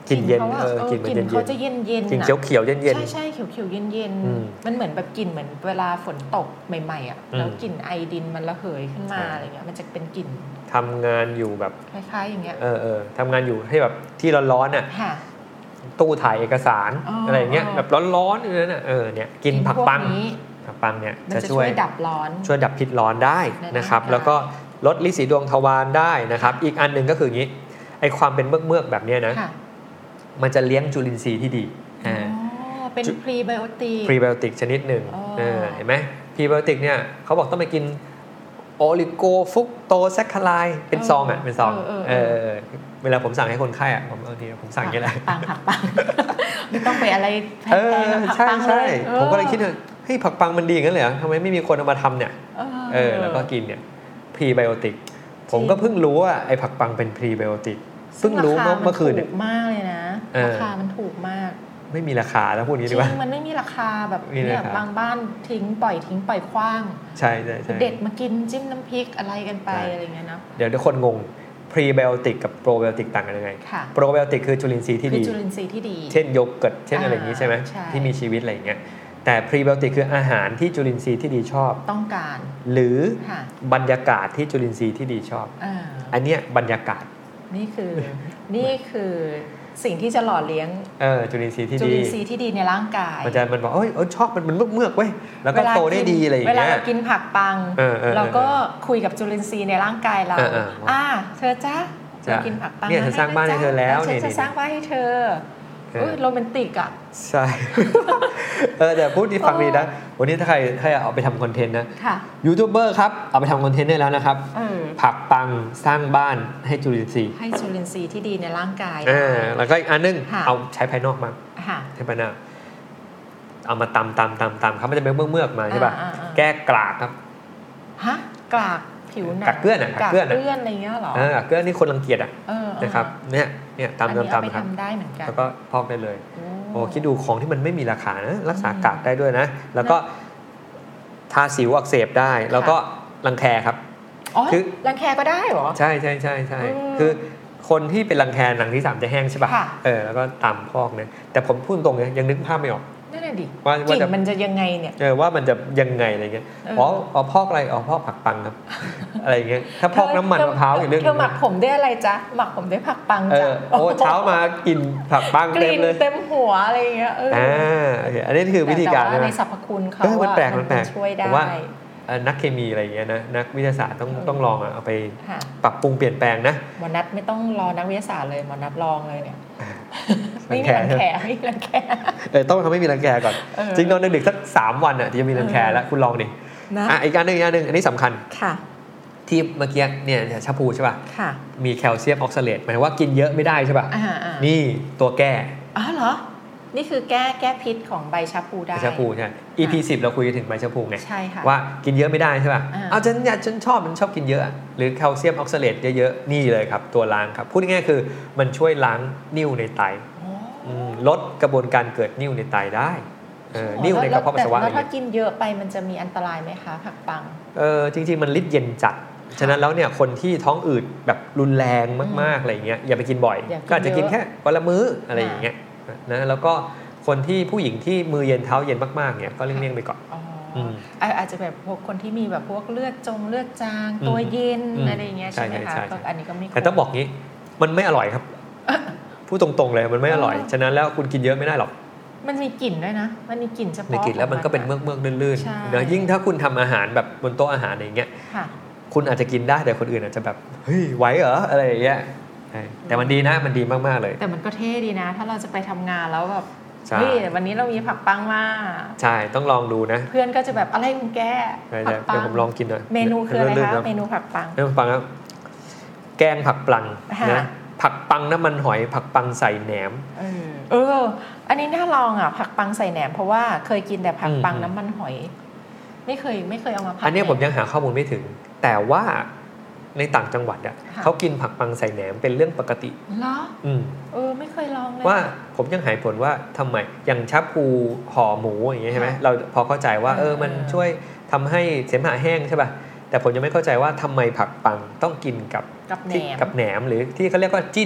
กลิ่นเย็นกลิ่นเขาจะเย็นๆกลิ่นเขียวๆเย็นๆใช่ๆเขียวๆเย็นๆมันเหมือนแบบกลิ่นเหมือนเวลาฝนตกใหม่ๆอ่ะแล้วกลิ่นไอดินมันระเหยขึ้นมาอะไรเงี้ยมันจะเป็นกลิ่นทำงานอยู่แบบคล้ายๆอย่างเงี้ยทำงานอยู่ให้แบบที่ร้อนๆน่ะตู้ถ่ายเอกสารอะไรอย่างเงี้ยแบบร้อนๆเลยน่ะเนี่ยกินผักปังเนี่ยจะช่วยดับร้อนช่วยดับพิษร้อนได้นะครับแล้วก็ลดฤทธิ์สีดวงทวารได้นะครับอีกอันนึงก็คืออย่างงี้ไอความเป็นเมือกๆแบบนี้นะมันจะเลี้ยงจุลินทรีย์ที่ดีเป็นพรีไบโอติกชนิดหนึ่งเห็นไหมพรีไบโอติกเนี่ยเขาบอกต้องไปกินโอลิโกฟุกโตแซคคาไลเป็นซองเป็นซองเวลาผมสั่งให้คนไข้ผมสั่งอย่างนี้แหละผักปังไม่ต้องไปอะไรแพงๆผักปังเลยผมก็เลยคิดว่าเฮ้ยผักปังมันดีงั้นเหรอทำไมไม่มีคนเอามาทำเนี่ยแล้วก็กินเนี่ยพรีไบโอติกผมก็เพิ่งรู้ว่าไอ้ผักปังเป็นพรีไบโอติกเพิ่งรู้เมื่อคืนถูกมากเลยนะราคามันถูกมากไม่มีราคาแล้วพูดนี้ดีกว่ามันไม่มีราคาแบบเนี่ยบางบ้านปล่อยขว้างใช่เด็ดมากินจิ้มน้ำพริกอะไรกันไปอะไรเงี้ยเนาะเดี๋ยวทุกคนงงพรีไบโอติกกับโปรไบโอติกต่างกันยังไงโปรไบโอติกคือจุลินทรีย์ที่ดีเช่นโยเกิร์ตเช่นอะไรอย่างนี้ใช่ไหมที่มีชีวิตอะไรอย่างเงี้ยแต่พรีไบโอติกคืออาหารที่จุลินทรีย์ที่ดีชอบต้องการหรือบรรยากาศที่จุลินทรีย์ที่ดีชอบอันเนี้ยบรรยากาศนี่คือสิ่งที่จะหล่อเลี้ยงจุลินทรีย์ที่ดีในร่างกายมันบอกชอบมันเมือกเว้ยแล้วก็โตได้ดีอะไรอย่างเงี้ยเวลาเรากินผักปังเราก็คุยกับจุลินทรีย์ในร่างกายเราเธอจ้าจะกินผักปังเนี่ยเธอสร้างบ้านให้เธอแล้วฉันจะสร้างบ้านให้เธอโรแมนติกอ่ะใช่แต่พูดที่ฟังดีนะวันนี้ถ้าใครเอาไปทำคอนเทนต์นะยูทูบเบอร์ครับเอาไปทำคอนเทนต์ได้แล้วนะครับผักปังสร้างบ้านให้จุลินทรีย์ที่ดีในร่างกายแล้วก็อีกอันนึงเอาใช้ภายนอกมาใช้ภายนอกเอามาตำครับมันจะเป็นเมือกมาใช่ป่ะแก้กรากครับกรากผิวหนังกากเกลื่อนอะไรเงี้ยหรอกากเกลื่อนนี่คนรังเกียจนะครับเนี่ยตำครับแล้วก็พอกได้เลยโอ้คิดดูของที่มันไม่มีราคานะรักษากากได้ด้วยนะแล้วก็ทาสิวอักเสบได้แล้วก็รังแคครับคือรังแคก็ได้เหรอใช่คือคนที่เป็นรังแคหนังที่3จะแห้งใช่ป่ะแล้วก็ตำพอกเนี่ยแต่ผมพูดตรงเลยยังนึกภาพไม่ออกนั่นแหละดิกลิ่นมันจะยังไงเนี่ยว่ามันจะยังไงอะไรเงี้ยพอกอะไรพอกผักปังครับอะไรเงี้ยถ้าพอกน้ำมันมะพร้าวอย่างเรื่องเธอหมักผมได้อะไรจ๊ะหมักผมได้ผักปังจ้ะเช้ามากินผักปังเต็มเลยเต็มหัวอะไรเงี้ยอันนี้คือวิธีการในสรรพคุณเขามันแปลกช่วยได้นักเคมีอะไรอย่างเงี้ยนะนักวิทยาศาสตร์ต้องลองเอาไปปรับปรุงเปลี่ยนแปลงนะหมอนัทไม่ต้องรอนักวิทยาศาสตร์เลยหมอนัทลองเลยเนี่ยไม่มีรังแคต้องทำให้มีรังแคก่อนจริงนอนดึกๆสัก3 วันจะมีรังแคแล้วคุณลองดิอีกอันนึงอันนี้สำคัญที่เมื่อกี้เนี่ยชาพูใช่ป่ะมีแคลเซียมออกซาเลตหมายว่ากินเยอะไม่ได้ใช่ป่ะนี่ตัวแก้เหรอนี่คือแก้พิษของใบชาพูได้ชาพูใช่ EP 10เราคุยถึงใบชาพูไงใช่ค่ะว่ากินเยอะไม่ได้ใช่ป่ะฉันชอบกินเยอะหรือแคลเซียมออกซาเลตเยอะๆนี่เลยครับตัวล้างครับพูดง่ายๆคือมันช่วยล้างนิ่วในไตลดกระบวนการเกิดนิ่วในไตได้นิ่วในกระเพาะปัสสาวะแล้วถ้ากินเยอะไปมันจะมีอันตรายไหมคะผักปังจริงๆมันฤทธิ์เย็นจัดฉะนั้นแล้วเนี่ยคนที่ท้องอืดแบบรุนแรงมากๆอะไรอย่างเงี้ยอย่าไปกินบ่อยก็อาจจะกินแค่วันละมื้ออะไรอย่างเงี้ยนะแล้วก็คนที่ผู้หญิงที่มือเย็นเท้าเย็นมากๆเนี่ยก็เลี่ยงๆไปก่อนอาจจะแบบพวกคนที่มีแบบพวกเลือดจางตัวเย็นอะไรอย่างเงี้ยใช่ไหมคะก็อันนี้ก็ไม่แต่ต้องบอกงี้มันไม่อร่อยครับพูดตรงๆเลยมันไม่อร่อยฉะนั้นแล้วคุณกินเยอะไม่ได้หรอกมันมีกลิ่นด้วยนะมันมีกลิ่นเฉพาะมีกลิ่นแล้วมันก็เป็นเมือกๆลื่นๆนะยิ่งถ้าคุณทำอาหารแบบบนโต๊ะอาหารอย่างเงี้ยคุณอาจจะกินได้แต่คนอื่นอาจจะแบบเฮ้ยไหวเหรออะไรอย่างเงี้ยแต่มันดีนะมันดีมากๆเลยแต่มันก็เท่ดีนะถ้าเราจะไปทำงานแล้วแบบเฮ้ยวันนี้เรามีผักปังมาใช่ต้องลองดูนะเพื่อนก็จะแบบอะไรคุณแกผักปังเดี๋ยวผมลองกินหน่อยเมนูคืออะไรคะเมนูผักปังครับแกงผักปังนะผักปังน้ำมันหอยผักปังใส่แหนมอันนี้น่าลองอ่ะผักปังใส่แหนมเพราะว่าเคยกินแต่ผักปังน้ำมันหอยไม่เคยเอามาผัดอันนี้ผมยังหาข้อมูลไม่ถึงแต่ว่าในต่างจังหวัดเขากินผักปังใส่แหนมเป็นเรื่องปกติเหรอไม่เคยลองเลยว่าผมยังหายผลว่าทำไมอย่างชาพูห่อหมูอย่างเงี้ยใช่ไหมเราพอเข้าใจว่ามันช่วยทำให้เสมหะแห้งใช่ป่ะแต่ผมยังไม่เข้าใจว่าทำไมผักปังต้องกินกับแหนมหรือที่เขาเรียกว่าจิ้น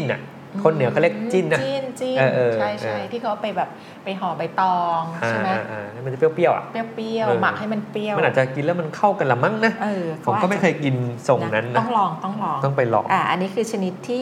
คนเหนือเขาเรียกจิ้นนะจิ้นใช่ที่เขาไปแบบไปห่อใบตองใช่ไหมมันจะเปรี้ยวๆอ่ะเปรี้ยวหมักให้มันเปรี้ยวมันอาจจะกินแล้วมันเข้ากันละมั้งนะผมก็ไม่เคยกินทรงนั้นนะต้องลองไปลองอันนี้คือชนิดที่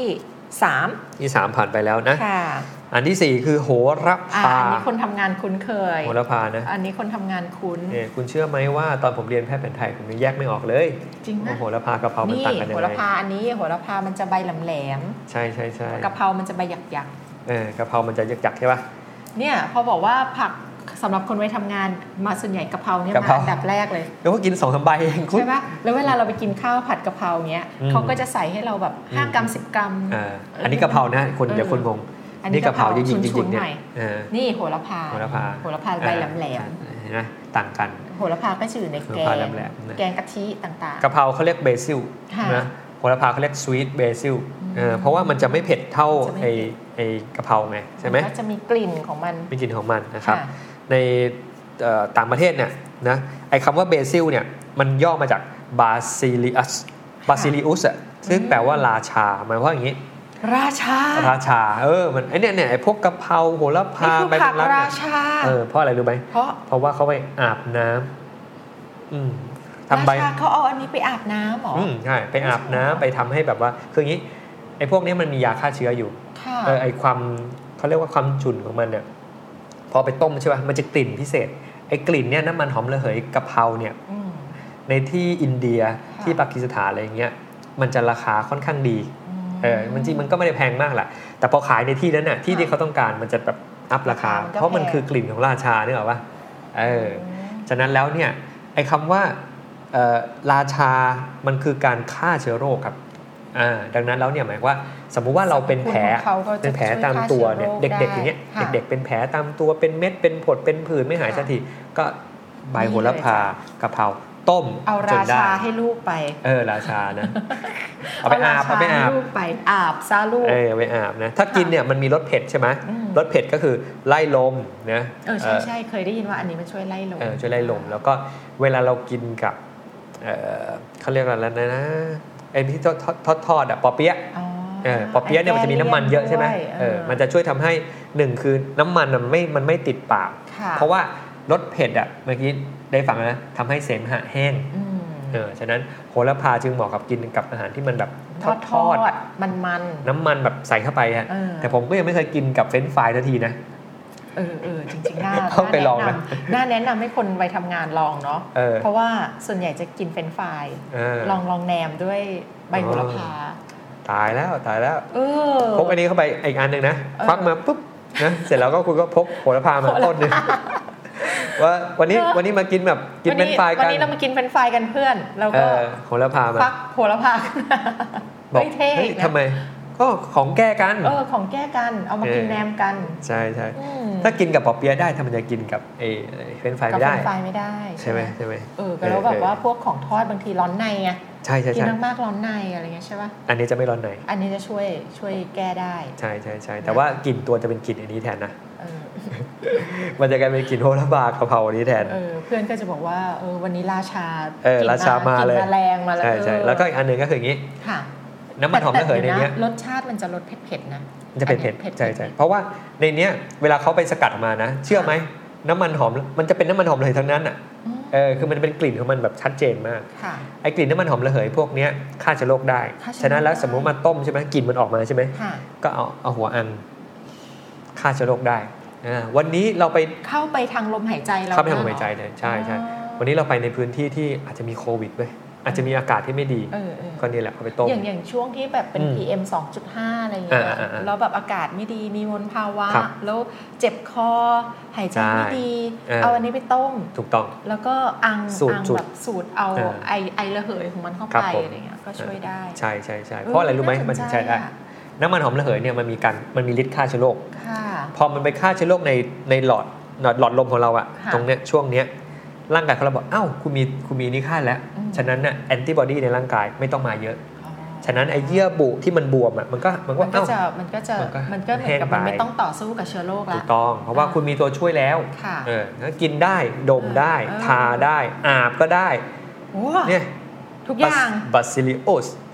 3 ที่3ผ่านไปแล้วนะอันที่4คือโหระพาอันนี้คนทำงานคุ้นเคยโหระพานะอันนี้คนทำงานคุ้นคุณเชื่อไหมว่าตอนผมเรียนแพทย์แผนไทยผมยังแยกไม่ออกเลยจริงนะโหระพากะเพรามันต่างกันยังไงโหระพาอันนี้โหระพามันจะใบแหลมๆใช่กะเพรามันจะใบหยักๆกะเพรามันจะหยักๆใช่ป่ะเนี่ยพอบอกว่าผักสำหรับคนไว้ทำงานมาส่วนใหญ่กะเพราเนี่ยมาอันดับแรกเลยแล้วก็กิน 2-3 ใบเองใช่ป่ะแล้วเวลาเราไปกินข้าวผัดกะเพราเนี้ยเขาก็จะใส่ให้เราแบบ5 กรัม10 กรัมอันนี้กะเพรานะคนเดี๋ยวคนงงนี่กะเพราจริงๆเนี่ยนี่โหระพาใบแหลมเห็นไหมต่างกันโหระพาก็จะอยู่ในแกงกะทิต่างๆกะเพราเขาเรียกเบซิลนะโหระพาเขาเรียกสวีทเบซิลเพราะว่ามันจะไม่เผ็ดเท่าไอ้กะเพราไงใช่ไหมก็จะมีกลิ่นของมันนะครับในต่างประเทศเนี่ยนะไอ้คำว่าเบซิลเนี่ยมันย่อมาจากบาซิลิอุสซึ่งแปลว่าราชาหมายความว่าอย่างนี้ราชามันไอ้เนี่ยไอ้พวกกะเพราโหระพาใบมะกรูดราชาเพราะอะไรรู้ไหมเพราะว่าเขาไปอาบน้ำทำใบเขาเอาอันนี้ไปอาบน้ำหรอใช่ไปอาบน้ำไปทำให้แบบว่าคืออย่างนี้ไอ้พวกนี้มันมียาฆ่าเชื้ออยู่ไอ้ความเขาเรียกว่าความฉุนของมันเนี่ยพอไปต้มใช่ป่ะมันจะกลิ่นพิเศษไอ้กลิ่นเนี่ยน้ำมันหอมระเหยกะเพราเนี่ยในที่อินเดียที่ปากีสถานอะไรเงี้ยมันจะราคาค่อนข้างดีมันจริงมันก็ไม่ได้แพงมากแหละแต่พอขายในที่นั้นน่ะที่เขาต้องการมันจะแบบอัพราคาเพราะมันคือกลิ่นของราชาเนี่ยหรอวะฉะนั้นแล้วเนี่ยไอ้คำว่าราชามันคือการฆ่าเชื้อโรคครับดังนั้นแล้วเนี่ยหมายว่าสมมุติว่าเราเป็นแผลตามตัวเนี่ยเด็กๆอย่างเงี้ยเด็กๆเป็นแผลตามตัวเป็นเม็ดเป็นผดเป็นผื่นไม่หายสักทีก็ใบโหระพากะเพราต้มเอาราชาให้ลูกไปราชานะเอาไปอาบอาบซาลูกไปอาบนะถ้ากินเนี่ยมันมีรสเผ็ดใช่ไหมรสเผ็ดก็คือไล่ลมนะใช่เคยได้ยินว่าอันนี้มันช่วยไล่ลมช่วยไล่ลมแล้วก็เวลาเรากินกับเขาเรียกอะไรนะไอ้ที่ทอดปอเปี๊ยะปอเปี๊ยะเนี่ยมันจะมีน้ำมันเยอะใช่ไหมมันจะช่วยทำให้1คือน้ำมันมันไม่ติดปากเพราะว่ารสเผ็ดเมื่อกี้ได้ฟังนะทำให้เสมหะแห้งฉะนั้นโหระพาจึงเหมาะกับกินกับอาหารที่มันแบบทอดมันน้ำมันแบบใส่เข้าไปแต่ผมก็ยังไม่เคยกินกับเฟรนช์ฟรายทันทีนะจริงๆน่าแนะนำให้คนไปทำงานลองเนาะเพราะว่าส่วนใหญ่จะกินเฟรนช์ฟรายลองแหนมด้วยใบโหระพาตายแล้วพกอันนี้เข้าไปอีกอันนึงนะควักมาปุ๊บนะเสร็จแล้วก็คุณก็พกโหระพามาต้นนึงว่าวันนี้มากินแบบกินเฟรนช์ฟรายกันวันนี้เรามากินเฟรนช์ฟรายกันเพื่อนเราก็โหระพามาควักโหระพาบอกเฮ้ยทำไมก็ของแก้กันของแก้กันเอามากินแหนมกันใช่ถ้ากินกับปอเปี๊ยะได้ทำไมจะกินกับเฟรนช์ฟรายไม่ได้ใช่ไหมก็แล้วแบบว่าพวกของทอดบางทีร้อนในไงใช่กินมากๆร้อนในอะไรเงี้ยใช่ป่ะอันนี้จะไม่ร้อนในอันนี้จะช่วยแก้ได้ใช่แต่ว่ากลิ่นตัวจะเป็นกลิ่นอันนี้แทนนะมันจะกลายเป็นกลิ่นโหระพากะเพราอันนี้แทนเพื่อนก็จะบอกว่าวันนี้ราชามาเลยแรงมาแล้วใช่แล้วก็อีกอันนึงก็คืออย่างนี้น้ำมันหอมระเหยในนี้รสชาติมันจะรสเผ็ดๆนะมันจะเผ็ดใช่เพราะว่าในนี้เวลาเขาไปสกัดออกมานะเชื่อไหมน้ำมันหอมมันจะเป็นน้ำมันหอมระเหยทั้งนั้นคือมันเป็นกลิ่นของมันแบบชัดเจนมากไอ้กลิ่นน้ำมันหอมระเหยพวกนี้ฆ่าเชื้อโรคได้ฉะนั้นแล้วสมมติมาต้มใช่ไหมกลิ่นมันออกมาใช่ไหมก็เอาหัวอันฆ่าเชื้อโรคได้วันนี้เราไปเข้าไปทางลมหายใจเราเข้าไปทางลมหายใจเลยใช่วันนี้เราไปในพื้นที่ที่อาจจะมีโควิดด้วยอาจจะมีอากาศที่ไม่ดีก็นี่แหละเขาไปต้มอย่างช่วงที่แบบเป็น PM 2.5 อะไรอย่างเงี้ยแล้วแบบอากาศไม่ดีมีมลภาวะแล้วเจ็บคอหายใจไม่ดีเอาอันนี้ไปต้มถูกต้องแล้วก็แบบสูตรเอาไอระเหยของมันเข้าไปอะไรเงี้ยก็ช่วยได้ใช่เพราะอะไรรู้ไหมมันใช้ได้น้ำมันหอมระเหยเนี่ยมันมีฤทธิ์ฆ่าเชื้อโรคพอมันไปฆ่าเชื้อโรคในหลอดลมของเราอะตรงเนี้ยช่วงเนี้ยร่างกายเขาบอกคุณมีนี่ฆ่าแล้วฉะนั้นน่ะแอนติบอดีในร่างกายไม่ต้องมาเยอะฉะนั้นไอ้เยื่อบุที่มันบวมอ่ะมันก็เหมือนกับมันไม่ต้องต่อสู้กับเชื้อโรคแล้วถูกต้องเพราะว่าคุณมีตัวช่วยแล้วกินได้ดมได้ทาได้อาบก็ได้เนี่ยทุกอย่าง Bacillus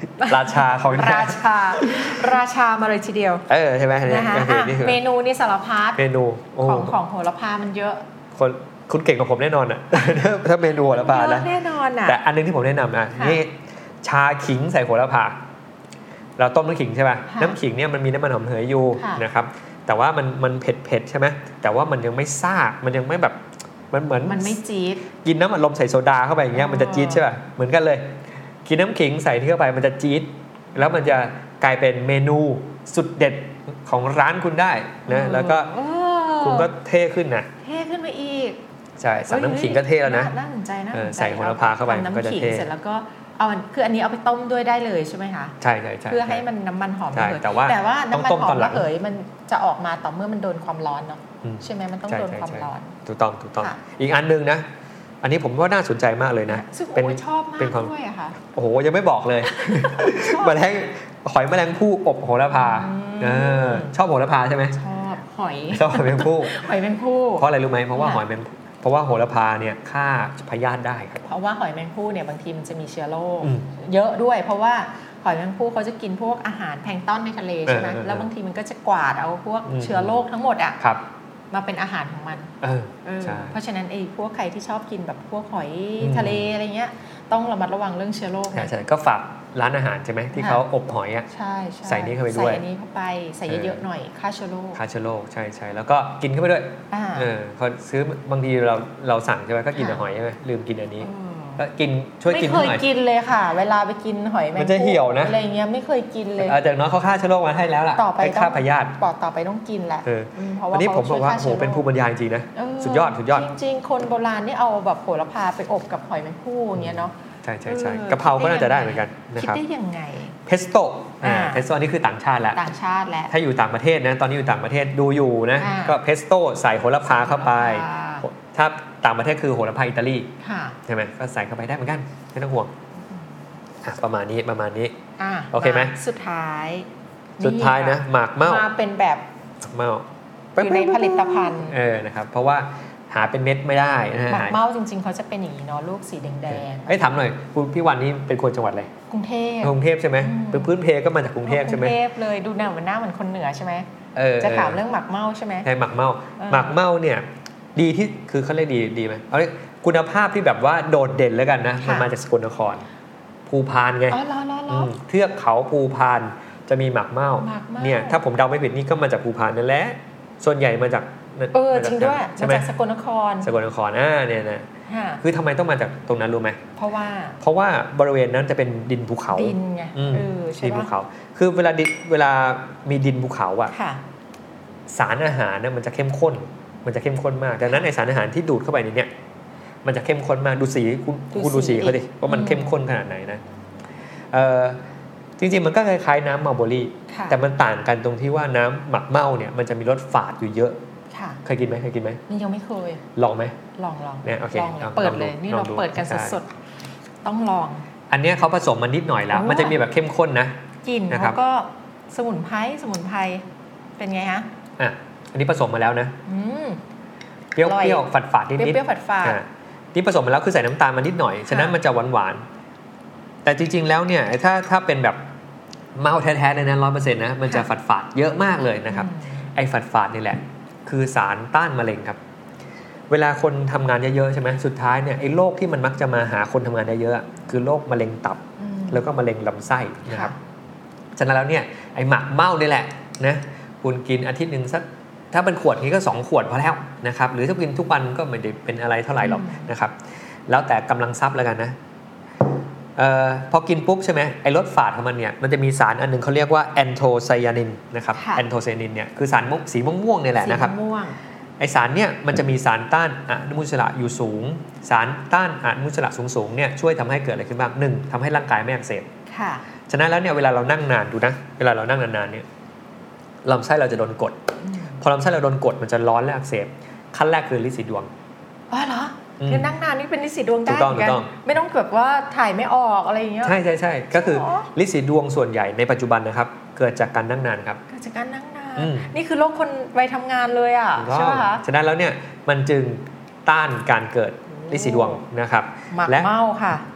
ราชาของราชามาเลยทีเดียวใช่ไหมนะคะเมนูนี่สารพัดเมนูของโหระพามันเยอะคุณเก่งกว่าผมแน่นอนอ่ะถ้าเมนูโหระพานะแน่นอนอ่ะแต่อันนึงที่ผมแนะนำนะนี่ชาขิงใส่โหระพาเราต้มน้ำขิงใช่ป่ะน้ำขิงเนี่ยมันมีน้ำมันหอมระเหยอยู่นะครับแต่ว่ามันเผ็ดใช่ไหมแต่ว่ามันยังไม่ซ่ามันยังไม่แบบมันเหมือนมันไม่จี๊ดกินน้ำอัดลมใส่โซดาเข้าไปอย่างเงี้ยมันจะจี๊ดใช่ป่ะเหมือนกันเลยกินน้ำขิงใส่ที่เข้าไปมันจะจี๊ดแล้วมันจะกลายเป็นเมนูสุดเด็ดของร้านคุณได้นะแล้วก็คุณก็เท่ขึ้นนะเท่ขึ้นไปอีกใช่ใส่น้ำขิงก็เท่แล้วนะน่าสนใจนะใส่โหระพาเข้าไปก็จะเท่เสร็จแล้วก็เอาคืออันนี้เอาไปต้มด้วยได้เลยใช่ไหมคะใช่เพื่อให้มันน้ำมันหอมระเหยแต่ว่าน้ำมันหอมระเหยมันจะออกมาต่อเมื่อมันโดนความร้อนเนาะใช่ไหมมันต้องโดนความร้อนถูกต้องอีกอันนึงนะอันนี้ผมว่าน่าสนใจมากเลยนะเป็นชอบมากด้วยอะค่ะโอ้โหยังไม่บอกเลยแมลงหอยแมลงภู่อบโหระพาชอบโหระพาใช่ไหมชอบหอยแมลงภู่หอยแมงภู่เพราะอะไรรู้ไหมเพราะว่าโหระพาเนี่ยฆ่าพยาธิได้ครับเพราะว่าหอยแมงภู่เนี่ยบางทีมันจะมีเชื้อโรคเยอะด้วยเพราะว่าหอยแมงภู่เขาจะกินพวกอาหารแพลงก์ต้นในทะเลใช่ไหมแล้วบางทีมันก็จะกวาดเอาพวกเชื้อโรคทั้งหมดอ่ะมาเป็นอาหารของมันเพราะฉะนั้นไอ้พวกใครที่ชอบกินแบบพวกหอยทะเลอะไรเงี้ยต้องระมัดระวังเรื่องเชื้อโรคใช่ก็ฝากร้านอาหารใช่ไหมที่เขาอบหอยอ่ะใส่นี่เข้าไปด้วยใส่อันนี้เข้าไปใส่เยอะๆหน่อยฆ่าเชื้อโรคใช่แล้วก็กินเข้าไปด้วยพอซื้อบางทีเราสั่งใช่ไหมก็กินแต่หอยใช่ไหมลืมกินอันนี้ก็กินช่วยกินหน่อยไม่เคยกินเลยค่ะเวลาไปกินหอยแมงมันจะเหี่ยวนะอะไรเงี้ยไม่เคยกินเลยจากน้อยเขาฆ่าเชื้อโรคมาให้แล้วล่ะให้ฆ่าพยาธิต่อไปต้องกินแหละเพราะว่าอันนี้ผมบอกว่าโหเป็นภูมิปัญญาจริงๆนะสุดยอดจริงๆคนโบราณนี่เอาแบบโหระพาไปอบกับหอยแมงภู่อย่างเงี้ยเนาะใช่กะเพราก็น่าจะได้เหมือนกันนะครับคิดได้ยังไงเพสโต้อันนี้คือต่างชาติแล้วถ้าอยู่ต่างประเทศนะตอนนี้อยู่ต่างประเทศดูอยู่นะก็เพสโต้ใส่โหระพาเข้าไปถ้าต่างประเทศคือโหระพาอิตาลีใช่ไหมก็ใส่เข้าไปได้เหมือนกันไม่ต้องห่วงประมาณนี้โอเคไหมสุดท้ายนะหมากเม่ามาเป็นแบบเม่าอยู่ในผลิตภัณฑ์นะครับเพราะว่าหาเป็นเม็ดไม่ได้หมากเม่าจริงๆเขาจะเป็นอย่างนี้เนาะลูกสีแดงๆถามหน่อยคุณพี่วันนี้เป็นคนจังหวัดอะไรกรุงเทพใช่ไหมเป็นพื้นเพก็มาจากกรุงเทพใช่ไหมกรุงเทพเลยดูหน้าเหมือนคนเหนือใช่ไหมจะถามเรื่องหมากเม่าใช่ไหมใช่หมากเม่าเนี่ยดีที่คือเขาเรียกดีไหมเอาคุณภาพที่แบบว่าโดดเด่นแล้วกันนะมันมาจากสกลนครภูพานไงเทือกเขาภูพานจะมีหมากเม่าเนี่ยถ้าผมเดาไม่ผิดนี่ก็มาจากภูพานนั่นแหละส่วนใหญ่มาจากจริงด้วยมาจากสกลนครเนี่ยนะคือทำไมต้องมาจากตรงนั้นรู้ไหมเพราะว่าบริเวณนั้นจะเป็นดินภูเขาดินไงดินภูเขาคือเวลามีดินภูเขาอะสารอาหารเนี่ยมันจะเข้มข้นมากดังนั้นไอสารอาหารที่ดูดเข้าไปในเนี้ยมันจะเข้มข้นมากดูสีคุณดูสีเขาดิว่ามันเข้มข้นขนาดไหนนะจริงๆมันก็คล้ายๆน้ำมัลเบอรี่แต่มันต่างกันตรงที่ว่าน้ำหมักเม่าเนี่ยมันจะมีรสฝาดอยู่เยอะเคยกินไหมยังไม่เคยลองไหมลองเนี่ยโอเคเปิดเลยนี่เราเปิดกันสดๆต้องลองอันนี้เขาผสมมันนิดหน่อยแล้วมันจะมีแบบเข้มข้นนะกลิ่นแล้วก็สมุนไพรเป็นไงฮะอันนี้ผสมมาแล้วนะเปรี้ยวฝาดนิดนี่ผสมมาแล้วคือใส่น้ำตาลมานิดหน่อยฉะนั้นมันจะหวานแต่จริงๆแล้วเนี่ยถ้าเป็นแบบเมาแท้ๆเลยนะ 100% นะมันจะฝาดเยอะมากเลยนะครับไอ้ฝาดนี่แหละคือสารต้านมะเร็งครับเวลาคนทำงานเยอะๆใช่ไหมสุดท้ายเนี่ยไอ้โรคที่มันมักจะมาหาคนทำงานเยอะๆคือโรคมะเร็งตับแล้วก็มะเร็งลำไส้นะครับฉะนั้นแล้วเนี่ยไอ้หมักเมานี่แหละนะคุณกินอาทิตย์นึงสักถ้าเป็นขวดนี้ก็2ขวดพอแล้วนะครับหรือถ้ากินทุกวันก็ไม่ได้เป็นอะไรเท่าไหร่หรอกนะครับแล้วแต่กำลังทรัพย์แล้วกันนะพอกินปุ๊บใช่ไหมไอ้รสฝาดของมันเนี่ยมันจะมีสารอันนึงเขาเรียกว่าแอนโทไซยานินนะครับแอนโทไซยานินเนี่ยคือสารสีม่วงๆเนี่ยแหละนะครับไอสารเนี่ยมันจะมีสารต้านอนุมูลอิสระอยู่สูงสารต้านอนุมูลอิสระสูงเนี่ยช่วยทำให้เกิดอะไรขึ้นบ้าง1ทำให้ร่างกายไม่อักเสบฉะนั้นแล้วเนี่ยเวลาเรานั่งนานดูนะเวลาเรานั่งนานๆเนี่ยลำไส้เราจะโดนกดพอลำไส้เราโดนกดมันจะร้อนและอักเสบขั้นแรกคือลินสีดวงเหรอคือนั่งนานนี่เป็นลินสีดวงได้เหมือนกันไม่ต้องแบบว่าถ่ายไม่ออกอะไรอย่างเงี้ยใช่ก็คือลินสีดวงส่วนใหญ่ในปัจจุบันนะครับเกิดจากการนั่งนานครับเกิดจากการนั่งนานนี่คือโรคคนวัยทำงานเลยอ่ะใช่ไหมคะฉะนั้นแล้วเนี่ยมันจึงต้านการเกิดลินสีดวงนะครับหมักเมาค่ะ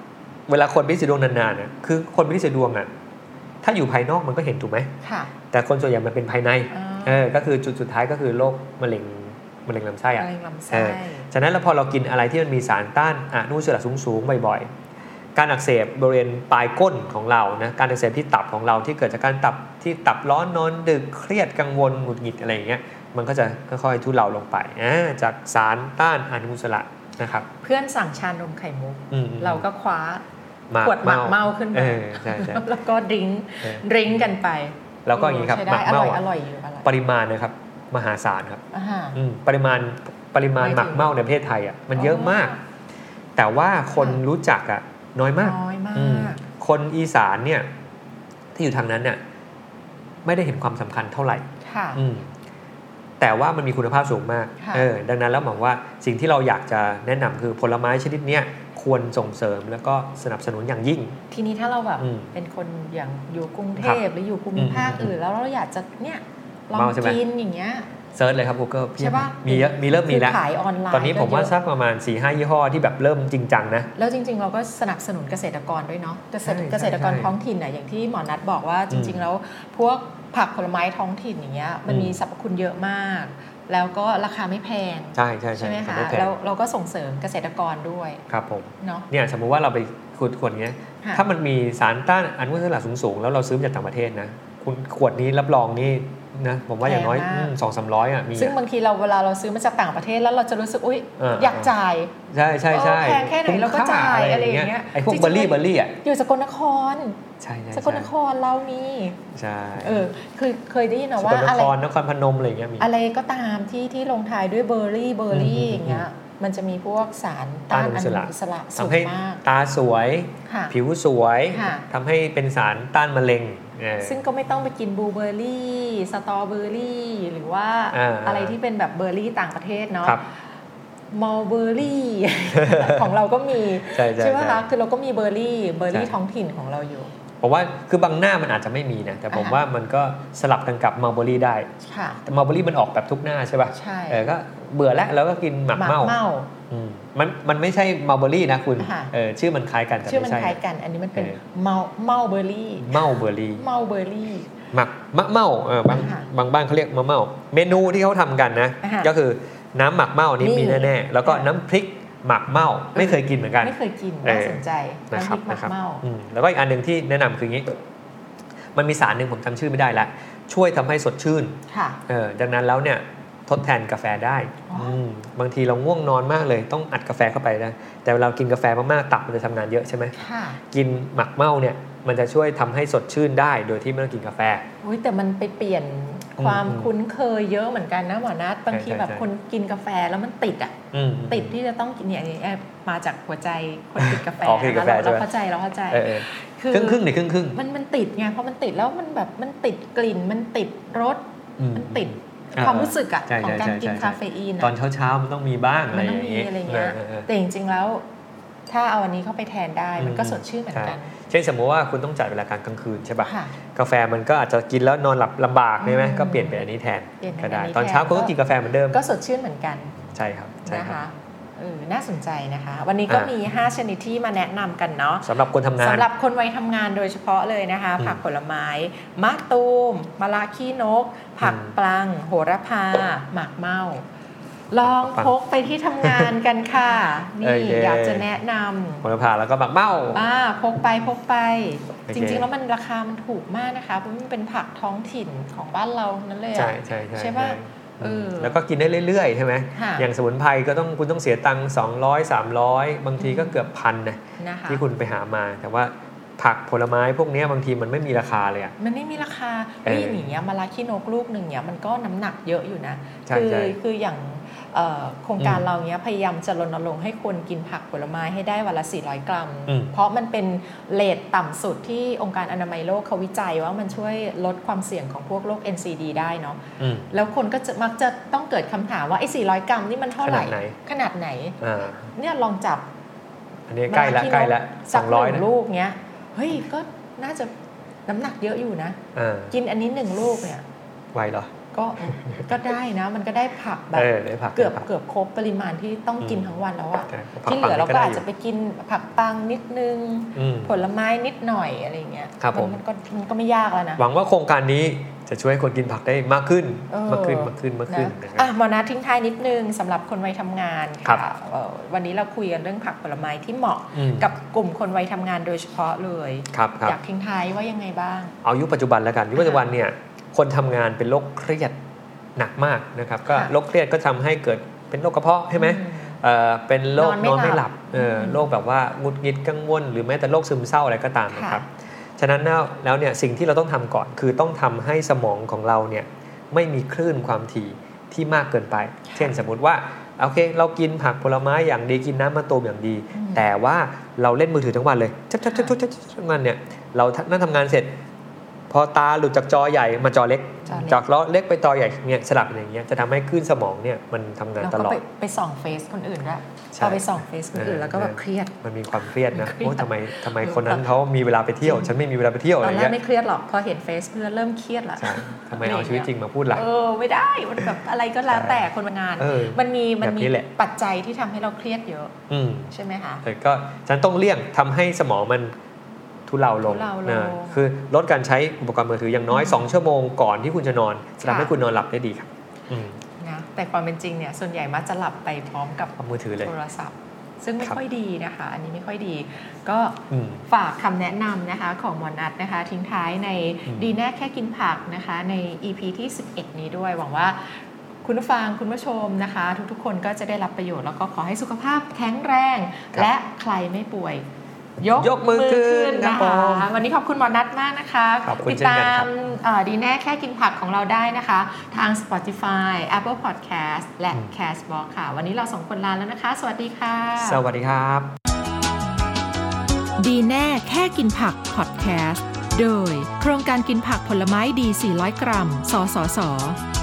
เวลาคนพิษดวงนานๆน่ะคือคนพิษดวงอ่ะถ้าอยู่ภายนอกมันก็เห็นถูกไหมค่ะแต่คนส่วนใหญ่มันเป็นภายในก็คือจุดสุดท้ายก็คือโรคมะเร็งลำไส้อ่ะฉะนั้นแล้วพอเรากินอะไรที่มันมีสารต้านอนุมูลอิสระสูงๆบ่อยๆการอักเสบบริเวณปลายก้นของเรานะการอักเสบที่ตับของเราที่เกิดจากการตับร้อนนอนดึกเครียดกังวลหงุดหงิดอะไรอย่างเงี้ยมันก็จะค่อยๆทุเลาลงไปจากสารต้านอนุมูลอิสระนะครับเพื่อนสั่งชานมไข่มุกเราก็คว้าขวดหมักเมาขึ้นมาแล้วก็ดริงกันไปแล้วก็อย่างนี้ครับหมักเมาอร่อยอยู่ปริมาณนะครับมหาศาลครับปริมาณหมักเมาในประเทศไทยอ่ะมันเยอะมากแต่ว่าคนรู้จักอ่ะน้อยมากคนอีสานเนี่ยที่อยู่ทางนั้นเนี่ยไม่ได้เห็นความสำคัญเท่าไหร่แต่ว่ามันมีคุณภาพสูงมากดังนั้นแล้วหมายว่าสิ่งที่เราอยากจะแนะนำคือผลไม้ชนิดนี้ควรส่งเสริมแล้วก็สนับสนุนอย่างยิ่งทีนี้ถ้าเราแบบเป็นคนอย่างอยู่กรุงเทพหรืออยู่ภูมิภาคอื่นแล้วเราอยากจะเนี่ยลองกินอย่างเงี้ยเซิร์ชเลยครับ Google ใช่ป่ะมีเยอะเริ่มมีแล้วขายออนไลน์ตอนนี้ผมว่าสักประมาณ 4-5 ยี่ห้อที่แบบเริ่มจริงจังนะแล้วจริงๆเราก็สนับสนุนเกษตรกรด้วยเนาะเกษตรกรท้องถิ่นน่ะอย่างที่หมอนัทบอกว่าจริงๆแล้วพวกผักผลไม้ท้องถิ่นอย่างเงี้ยมันมีสรรพคุณเยอะมากแล้วก็ราคาไม่แพงใช่ไหมคะแล้วเราก็ส่งเสริมเกษตรกรด้วยครับผมเนาะเนี่ยสมมุติว่าเราไปขวดเงี้ยถ้ามันมีสารต้านอนุมูลอิสระสูงๆแล้วเราซื้อมาจากต่างประเทศนะคุณขวดนี้รับรองนี่นะผมว่าอย่างน้อย 2-300 อ่ะมีซึ่งบางทีเวลาเราซื้อมาจากต่างประเทศแล้วเราจะรู้สึกอุ๊ยอยากจ่ายใช่แพงแค่ไหนเราก็จ่ายอะไรอย่างเงี้ยไอ้พวกเบอร์รี่อ่ะอยู่สกลนครใช่สกลนครเรามีใช่คือเคยได้ยินนะว่าอะไรนครพนมอะไรอย่างเงี้ยมีอะไรก็ตามที่ลงท้ายด้วยเบอร์รี่อย่างเงี้ยมันจะมีพวกสารต้านอนุมูลอิสระสูงมากตาสวยผิวสวยทำให้เป็นสารต้านมะเร็งซึ่งก็ไม่ต้องไปกินบลูเบอร์รี่สตรอเบอร์รี่หรือว่าอะไรที่เป็นแบบเบอร์รี่ต่างประเทศเนาะมัลเบอร์รี่ของเราก็มีใช่ไหมคะคือเราก็มีเบอร์รี่ท้องถิ่นของเราอยู่ผมว่าคือบางหน้ามันอาจจะไม่มีนะแต่ผมว่ามันก็สลับกันกับมัลเบอร์รี่ได้แต่มัลเบอร์รี่มันออกแบบทุกหน้าใช่ป่ะก็เบื่อแล้วก็กินหมักเมามันไม่ใช่มัลเบอร์รี่นะคุณชื่อมันคล้ายกันแต่ไม่ใช่ชื่อมันคล้ายกันอันนี้มันเป็นเมาเบอร์รี่หมักเมาบางบ้านเขาเรียกมะเมาเมนูที่เขาทำกันนะก็คือน้ำหมักเมานี้มีแน่ๆแล้วก็น้ำพริกหมักเมาไม่เคยกินเหมือนกันไม่เคยกินน่าสนใจน้ำพริกหมักเมาแล้วก็อีกอันนึงที่แนะนำคืออย่างนี้มันมีสารนึงผมจำชื่อไม่ได้ละช่วยทำให้สดชื่นดังนั้นแล้วเนี่ยทดแทนกาแฟได้บางทีเราง่วงนอนมากเลยต้องอัดกาแฟเข้าไปนะแต่เวลากินกาแฟมากๆตับมันจะทำงานเยอะใช่ไหมกินหมักเมาเนี่ยมันจะช่วยทำให้สดชื่นได้โดยที่ไม่ต้องกินกาแฟแต่มันไปเปลี่ยนความคุ้นเคยเยอะเหมือนกันนะหมอนัทบางทีแบบคนกินกาแฟแล้วมันติดติดที่จะต้องกินเนี่ยมาจากหัวใจคนติดกาแฟเราเข้าใจคือครึ่งๆครึ่งมันติดไงเพราะมันติดแล้วมันแบบมันติดกลิ่นมันติดรสมันติดความรู้สึกของการกินคาเฟอีนตอนเช้ามันต้องมีบ้างอะไรอย่างเงี้ยแต่จริงๆแล้วถ้าเอาอันนี้เข้าไปแทนได้มันก็สดชื่นเหมือนกันเช่นสมมติว่าคุณต้องจัดเวลากลางคืนใช่ป่ะกาแฟมันก็อาจจะกินแล้วนอนหลับลำบากใช่ไหมก็เปลี่ยนเป็นอันนี้แทนก็ได้ตอนเช้าคุณก็กินกาแฟเหมือนเดิมก็สดชื่นเหมือนกันใช่ครับนะคะน่าสนใจนะคะวันนี้ก็มี5ชนิดที่มาแนะนำกันเนาะสำหรับคนทำงานสำหรับคนวัยทำงานโดยเฉพาะเลยนะคะผักผลไม้มะตูมมะละขี้นกผักปลังโหระพาหมากเมาลองพกไปที่ทำงานกันค่ะนี่อยากจะแนะนำโหระพาแล้วก็หมากเมาพกไปจริงๆแล้วมันราคามันถูกมากนะคะเพราะมันเป็นผักท้องถิ่นของบ้านเรานั่นเลยใช่ป่ะแล้วก็กินได้เรื่อยๆใช่ไหมอย่างสมุนไพรก็คุณต้องเสียตังค์200-300บางทีก็เกือบพันนะที่คุณไปหามาแต่ว่าผักผลไม้พวกนี้บางทีมันไม่มีราคาเลยมันไม่มีราคาอย่างเงี้ยมะละขี้นกลูกหนึ่งเนี่ยมันก็น้ำหนักเยอะอยู่นะคืออย่างโครงการเราเนี้ยพยายามจะรณรงค์ให้คนกินผักผลไม้ให้ได้วันละ400 กรัมเพราะมันเป็นเรทต่ำสุดที่องค์การอนามัยโลกเขาวิจัยว่ามันช่วยลดความเสี่ยงของพวกโรค NCD ได้เนาะแล้วคนก็จะมักจะต้องเกิดคำถามว่าไอ้400 กรัมนี่มันเท่าไหร่ขนาดไหนเนี่ยลองจับอันนี้ใกล้ละ200 นะลูกเนี้ยเฮ้ยก็น่าจะน้ำหนักเยอะอยู่นะกินอันนี้1ลูกเนี่ยไหวเหรอก็ได้นะมันก็ได้ผักแบบเกือบครบปริมาณที่ต้องกินทั้งวันแล้วอะที่เหลือเราก็อาจจะไปกินผักปังนิดนึงผลไม้นิดหน่อยอะไรเงี้ยมันก็ไม่ยากแล้วนะหวังว่าโครงการนี้จะช่วยคนกินผักได้มากขึ้นหมอนัททิ้งท้ายนิดนึงสำหรับคนวัยทำงานค่ะวันนี้เราคุยกันเรื่องผักผลไม้ที่เหมาะกับกลุ่มคนวัยทำงานโดยเฉพาะเลยอยากทิ้งท้ายว่ายังไงบ้างเอายุคปัจจุบันแล้วกันยุคปัจจุบันเนี่ยคนทำงานเป็นโรคเครียดหนักมากนะครับก็โรคเครียดก็ทำให้เกิดเป็นโรคกระเพาะใช่ไหมเป็นโรคนอนไม่หลับโรคแบบว่าหงุดหงิดกังวลหรือแม้แต่โรคซึมเศร้าอะไรก็ตามนะครับฉะนั้นแล้วเนี่ยสิ่งที่เราต้องทำก่อนคือต้องทำให้สมองของเราเนี่ยไม่มีคลื่นความถี่ที่มากเกินไปเช่นสมมุติว่าโอเคเรากินผักผลไม้อย่างดีกินน้ำมะตูมอย่างดีแต่ว่าเราเล่นมือถือทั้งวันเลยทั้งวันเนี่ยเรานั่งทำงานเสร็จพอตาหลุดจากจอใหญ่มาจอเล็กจากล้อเล็กไปจอใหญ่เนี่ยสลับอย่างเงี้ยจะทำให้คลื่นสมองเนี่ยมันทำงานตลอดไปส่องเฟซคนอื่นด้วยพอไปส่องเฟซคนอื่นแล้วก็แบบเครียดมันมีความเครียดนะโอ้ทำไมคนนั้นเขามีเวลาไปเที่ยวฉันไม่มีเวลาไปเที่ยวอะไรเงี้ยตอนแรกไม่เครียดหรอกพอเห็นเฟซเพื่อนเริ่มเครียดละทำไมเอาชีวิตจริงมาพูดล่ะไม่ได้มันแบบอะไรก็แล้วแต่คนทำงานมันมีปัจจัยที่ทำให้เราเครียดเยอะใช่ไหมคะแต่ก็ฉันต้องเลี่ยงทำให้สมองมันทุเลาลงนะคือลดการใช้อุปกรณ์มือถืออย่างน้อย2ชั่วโมงก่อนที่คุณจะนอนจะทำให้คุณนอนหลับได้ดีครับนะแต่ความเป็นจริงเนี่ยส่วนใหญ่มักจะหลับไปพร้อมกับมือถือเลยโทรศัพท์ซึ่งไม่ค่อยดีนะคะอันนี้ไม่ค่อยดีก็ฝากคำแนะนำนะคะของหมอนัทนะคะทิ้งท้ายในดีแน่แค่กินผักนะคะใน EP ที่11นี้ด้วยหวังว่าคุณผู้ฟังคุณผู้ชมนะคะทุกๆคนก็จะได้รับประโยชน์แล้วก็ขอให้สุขภาพแข็งแรงและใครไม่ป่วยยกมือขึ้นนะคะวันนี้ขอบคุณหมอนัทมากนะคะติดตามดีแน่แค่กินผักของเราได้นะคะทาง Spotify Apple Podcast และ Castbox ค่ะวันนี้เรา2คนลาแล้วนะคะสวัสดีค่ะสวัสดีครับดีแน่แค่กินผัก Podcast โดยโครงการกินผักผลไม้ดี400 กรัมสสส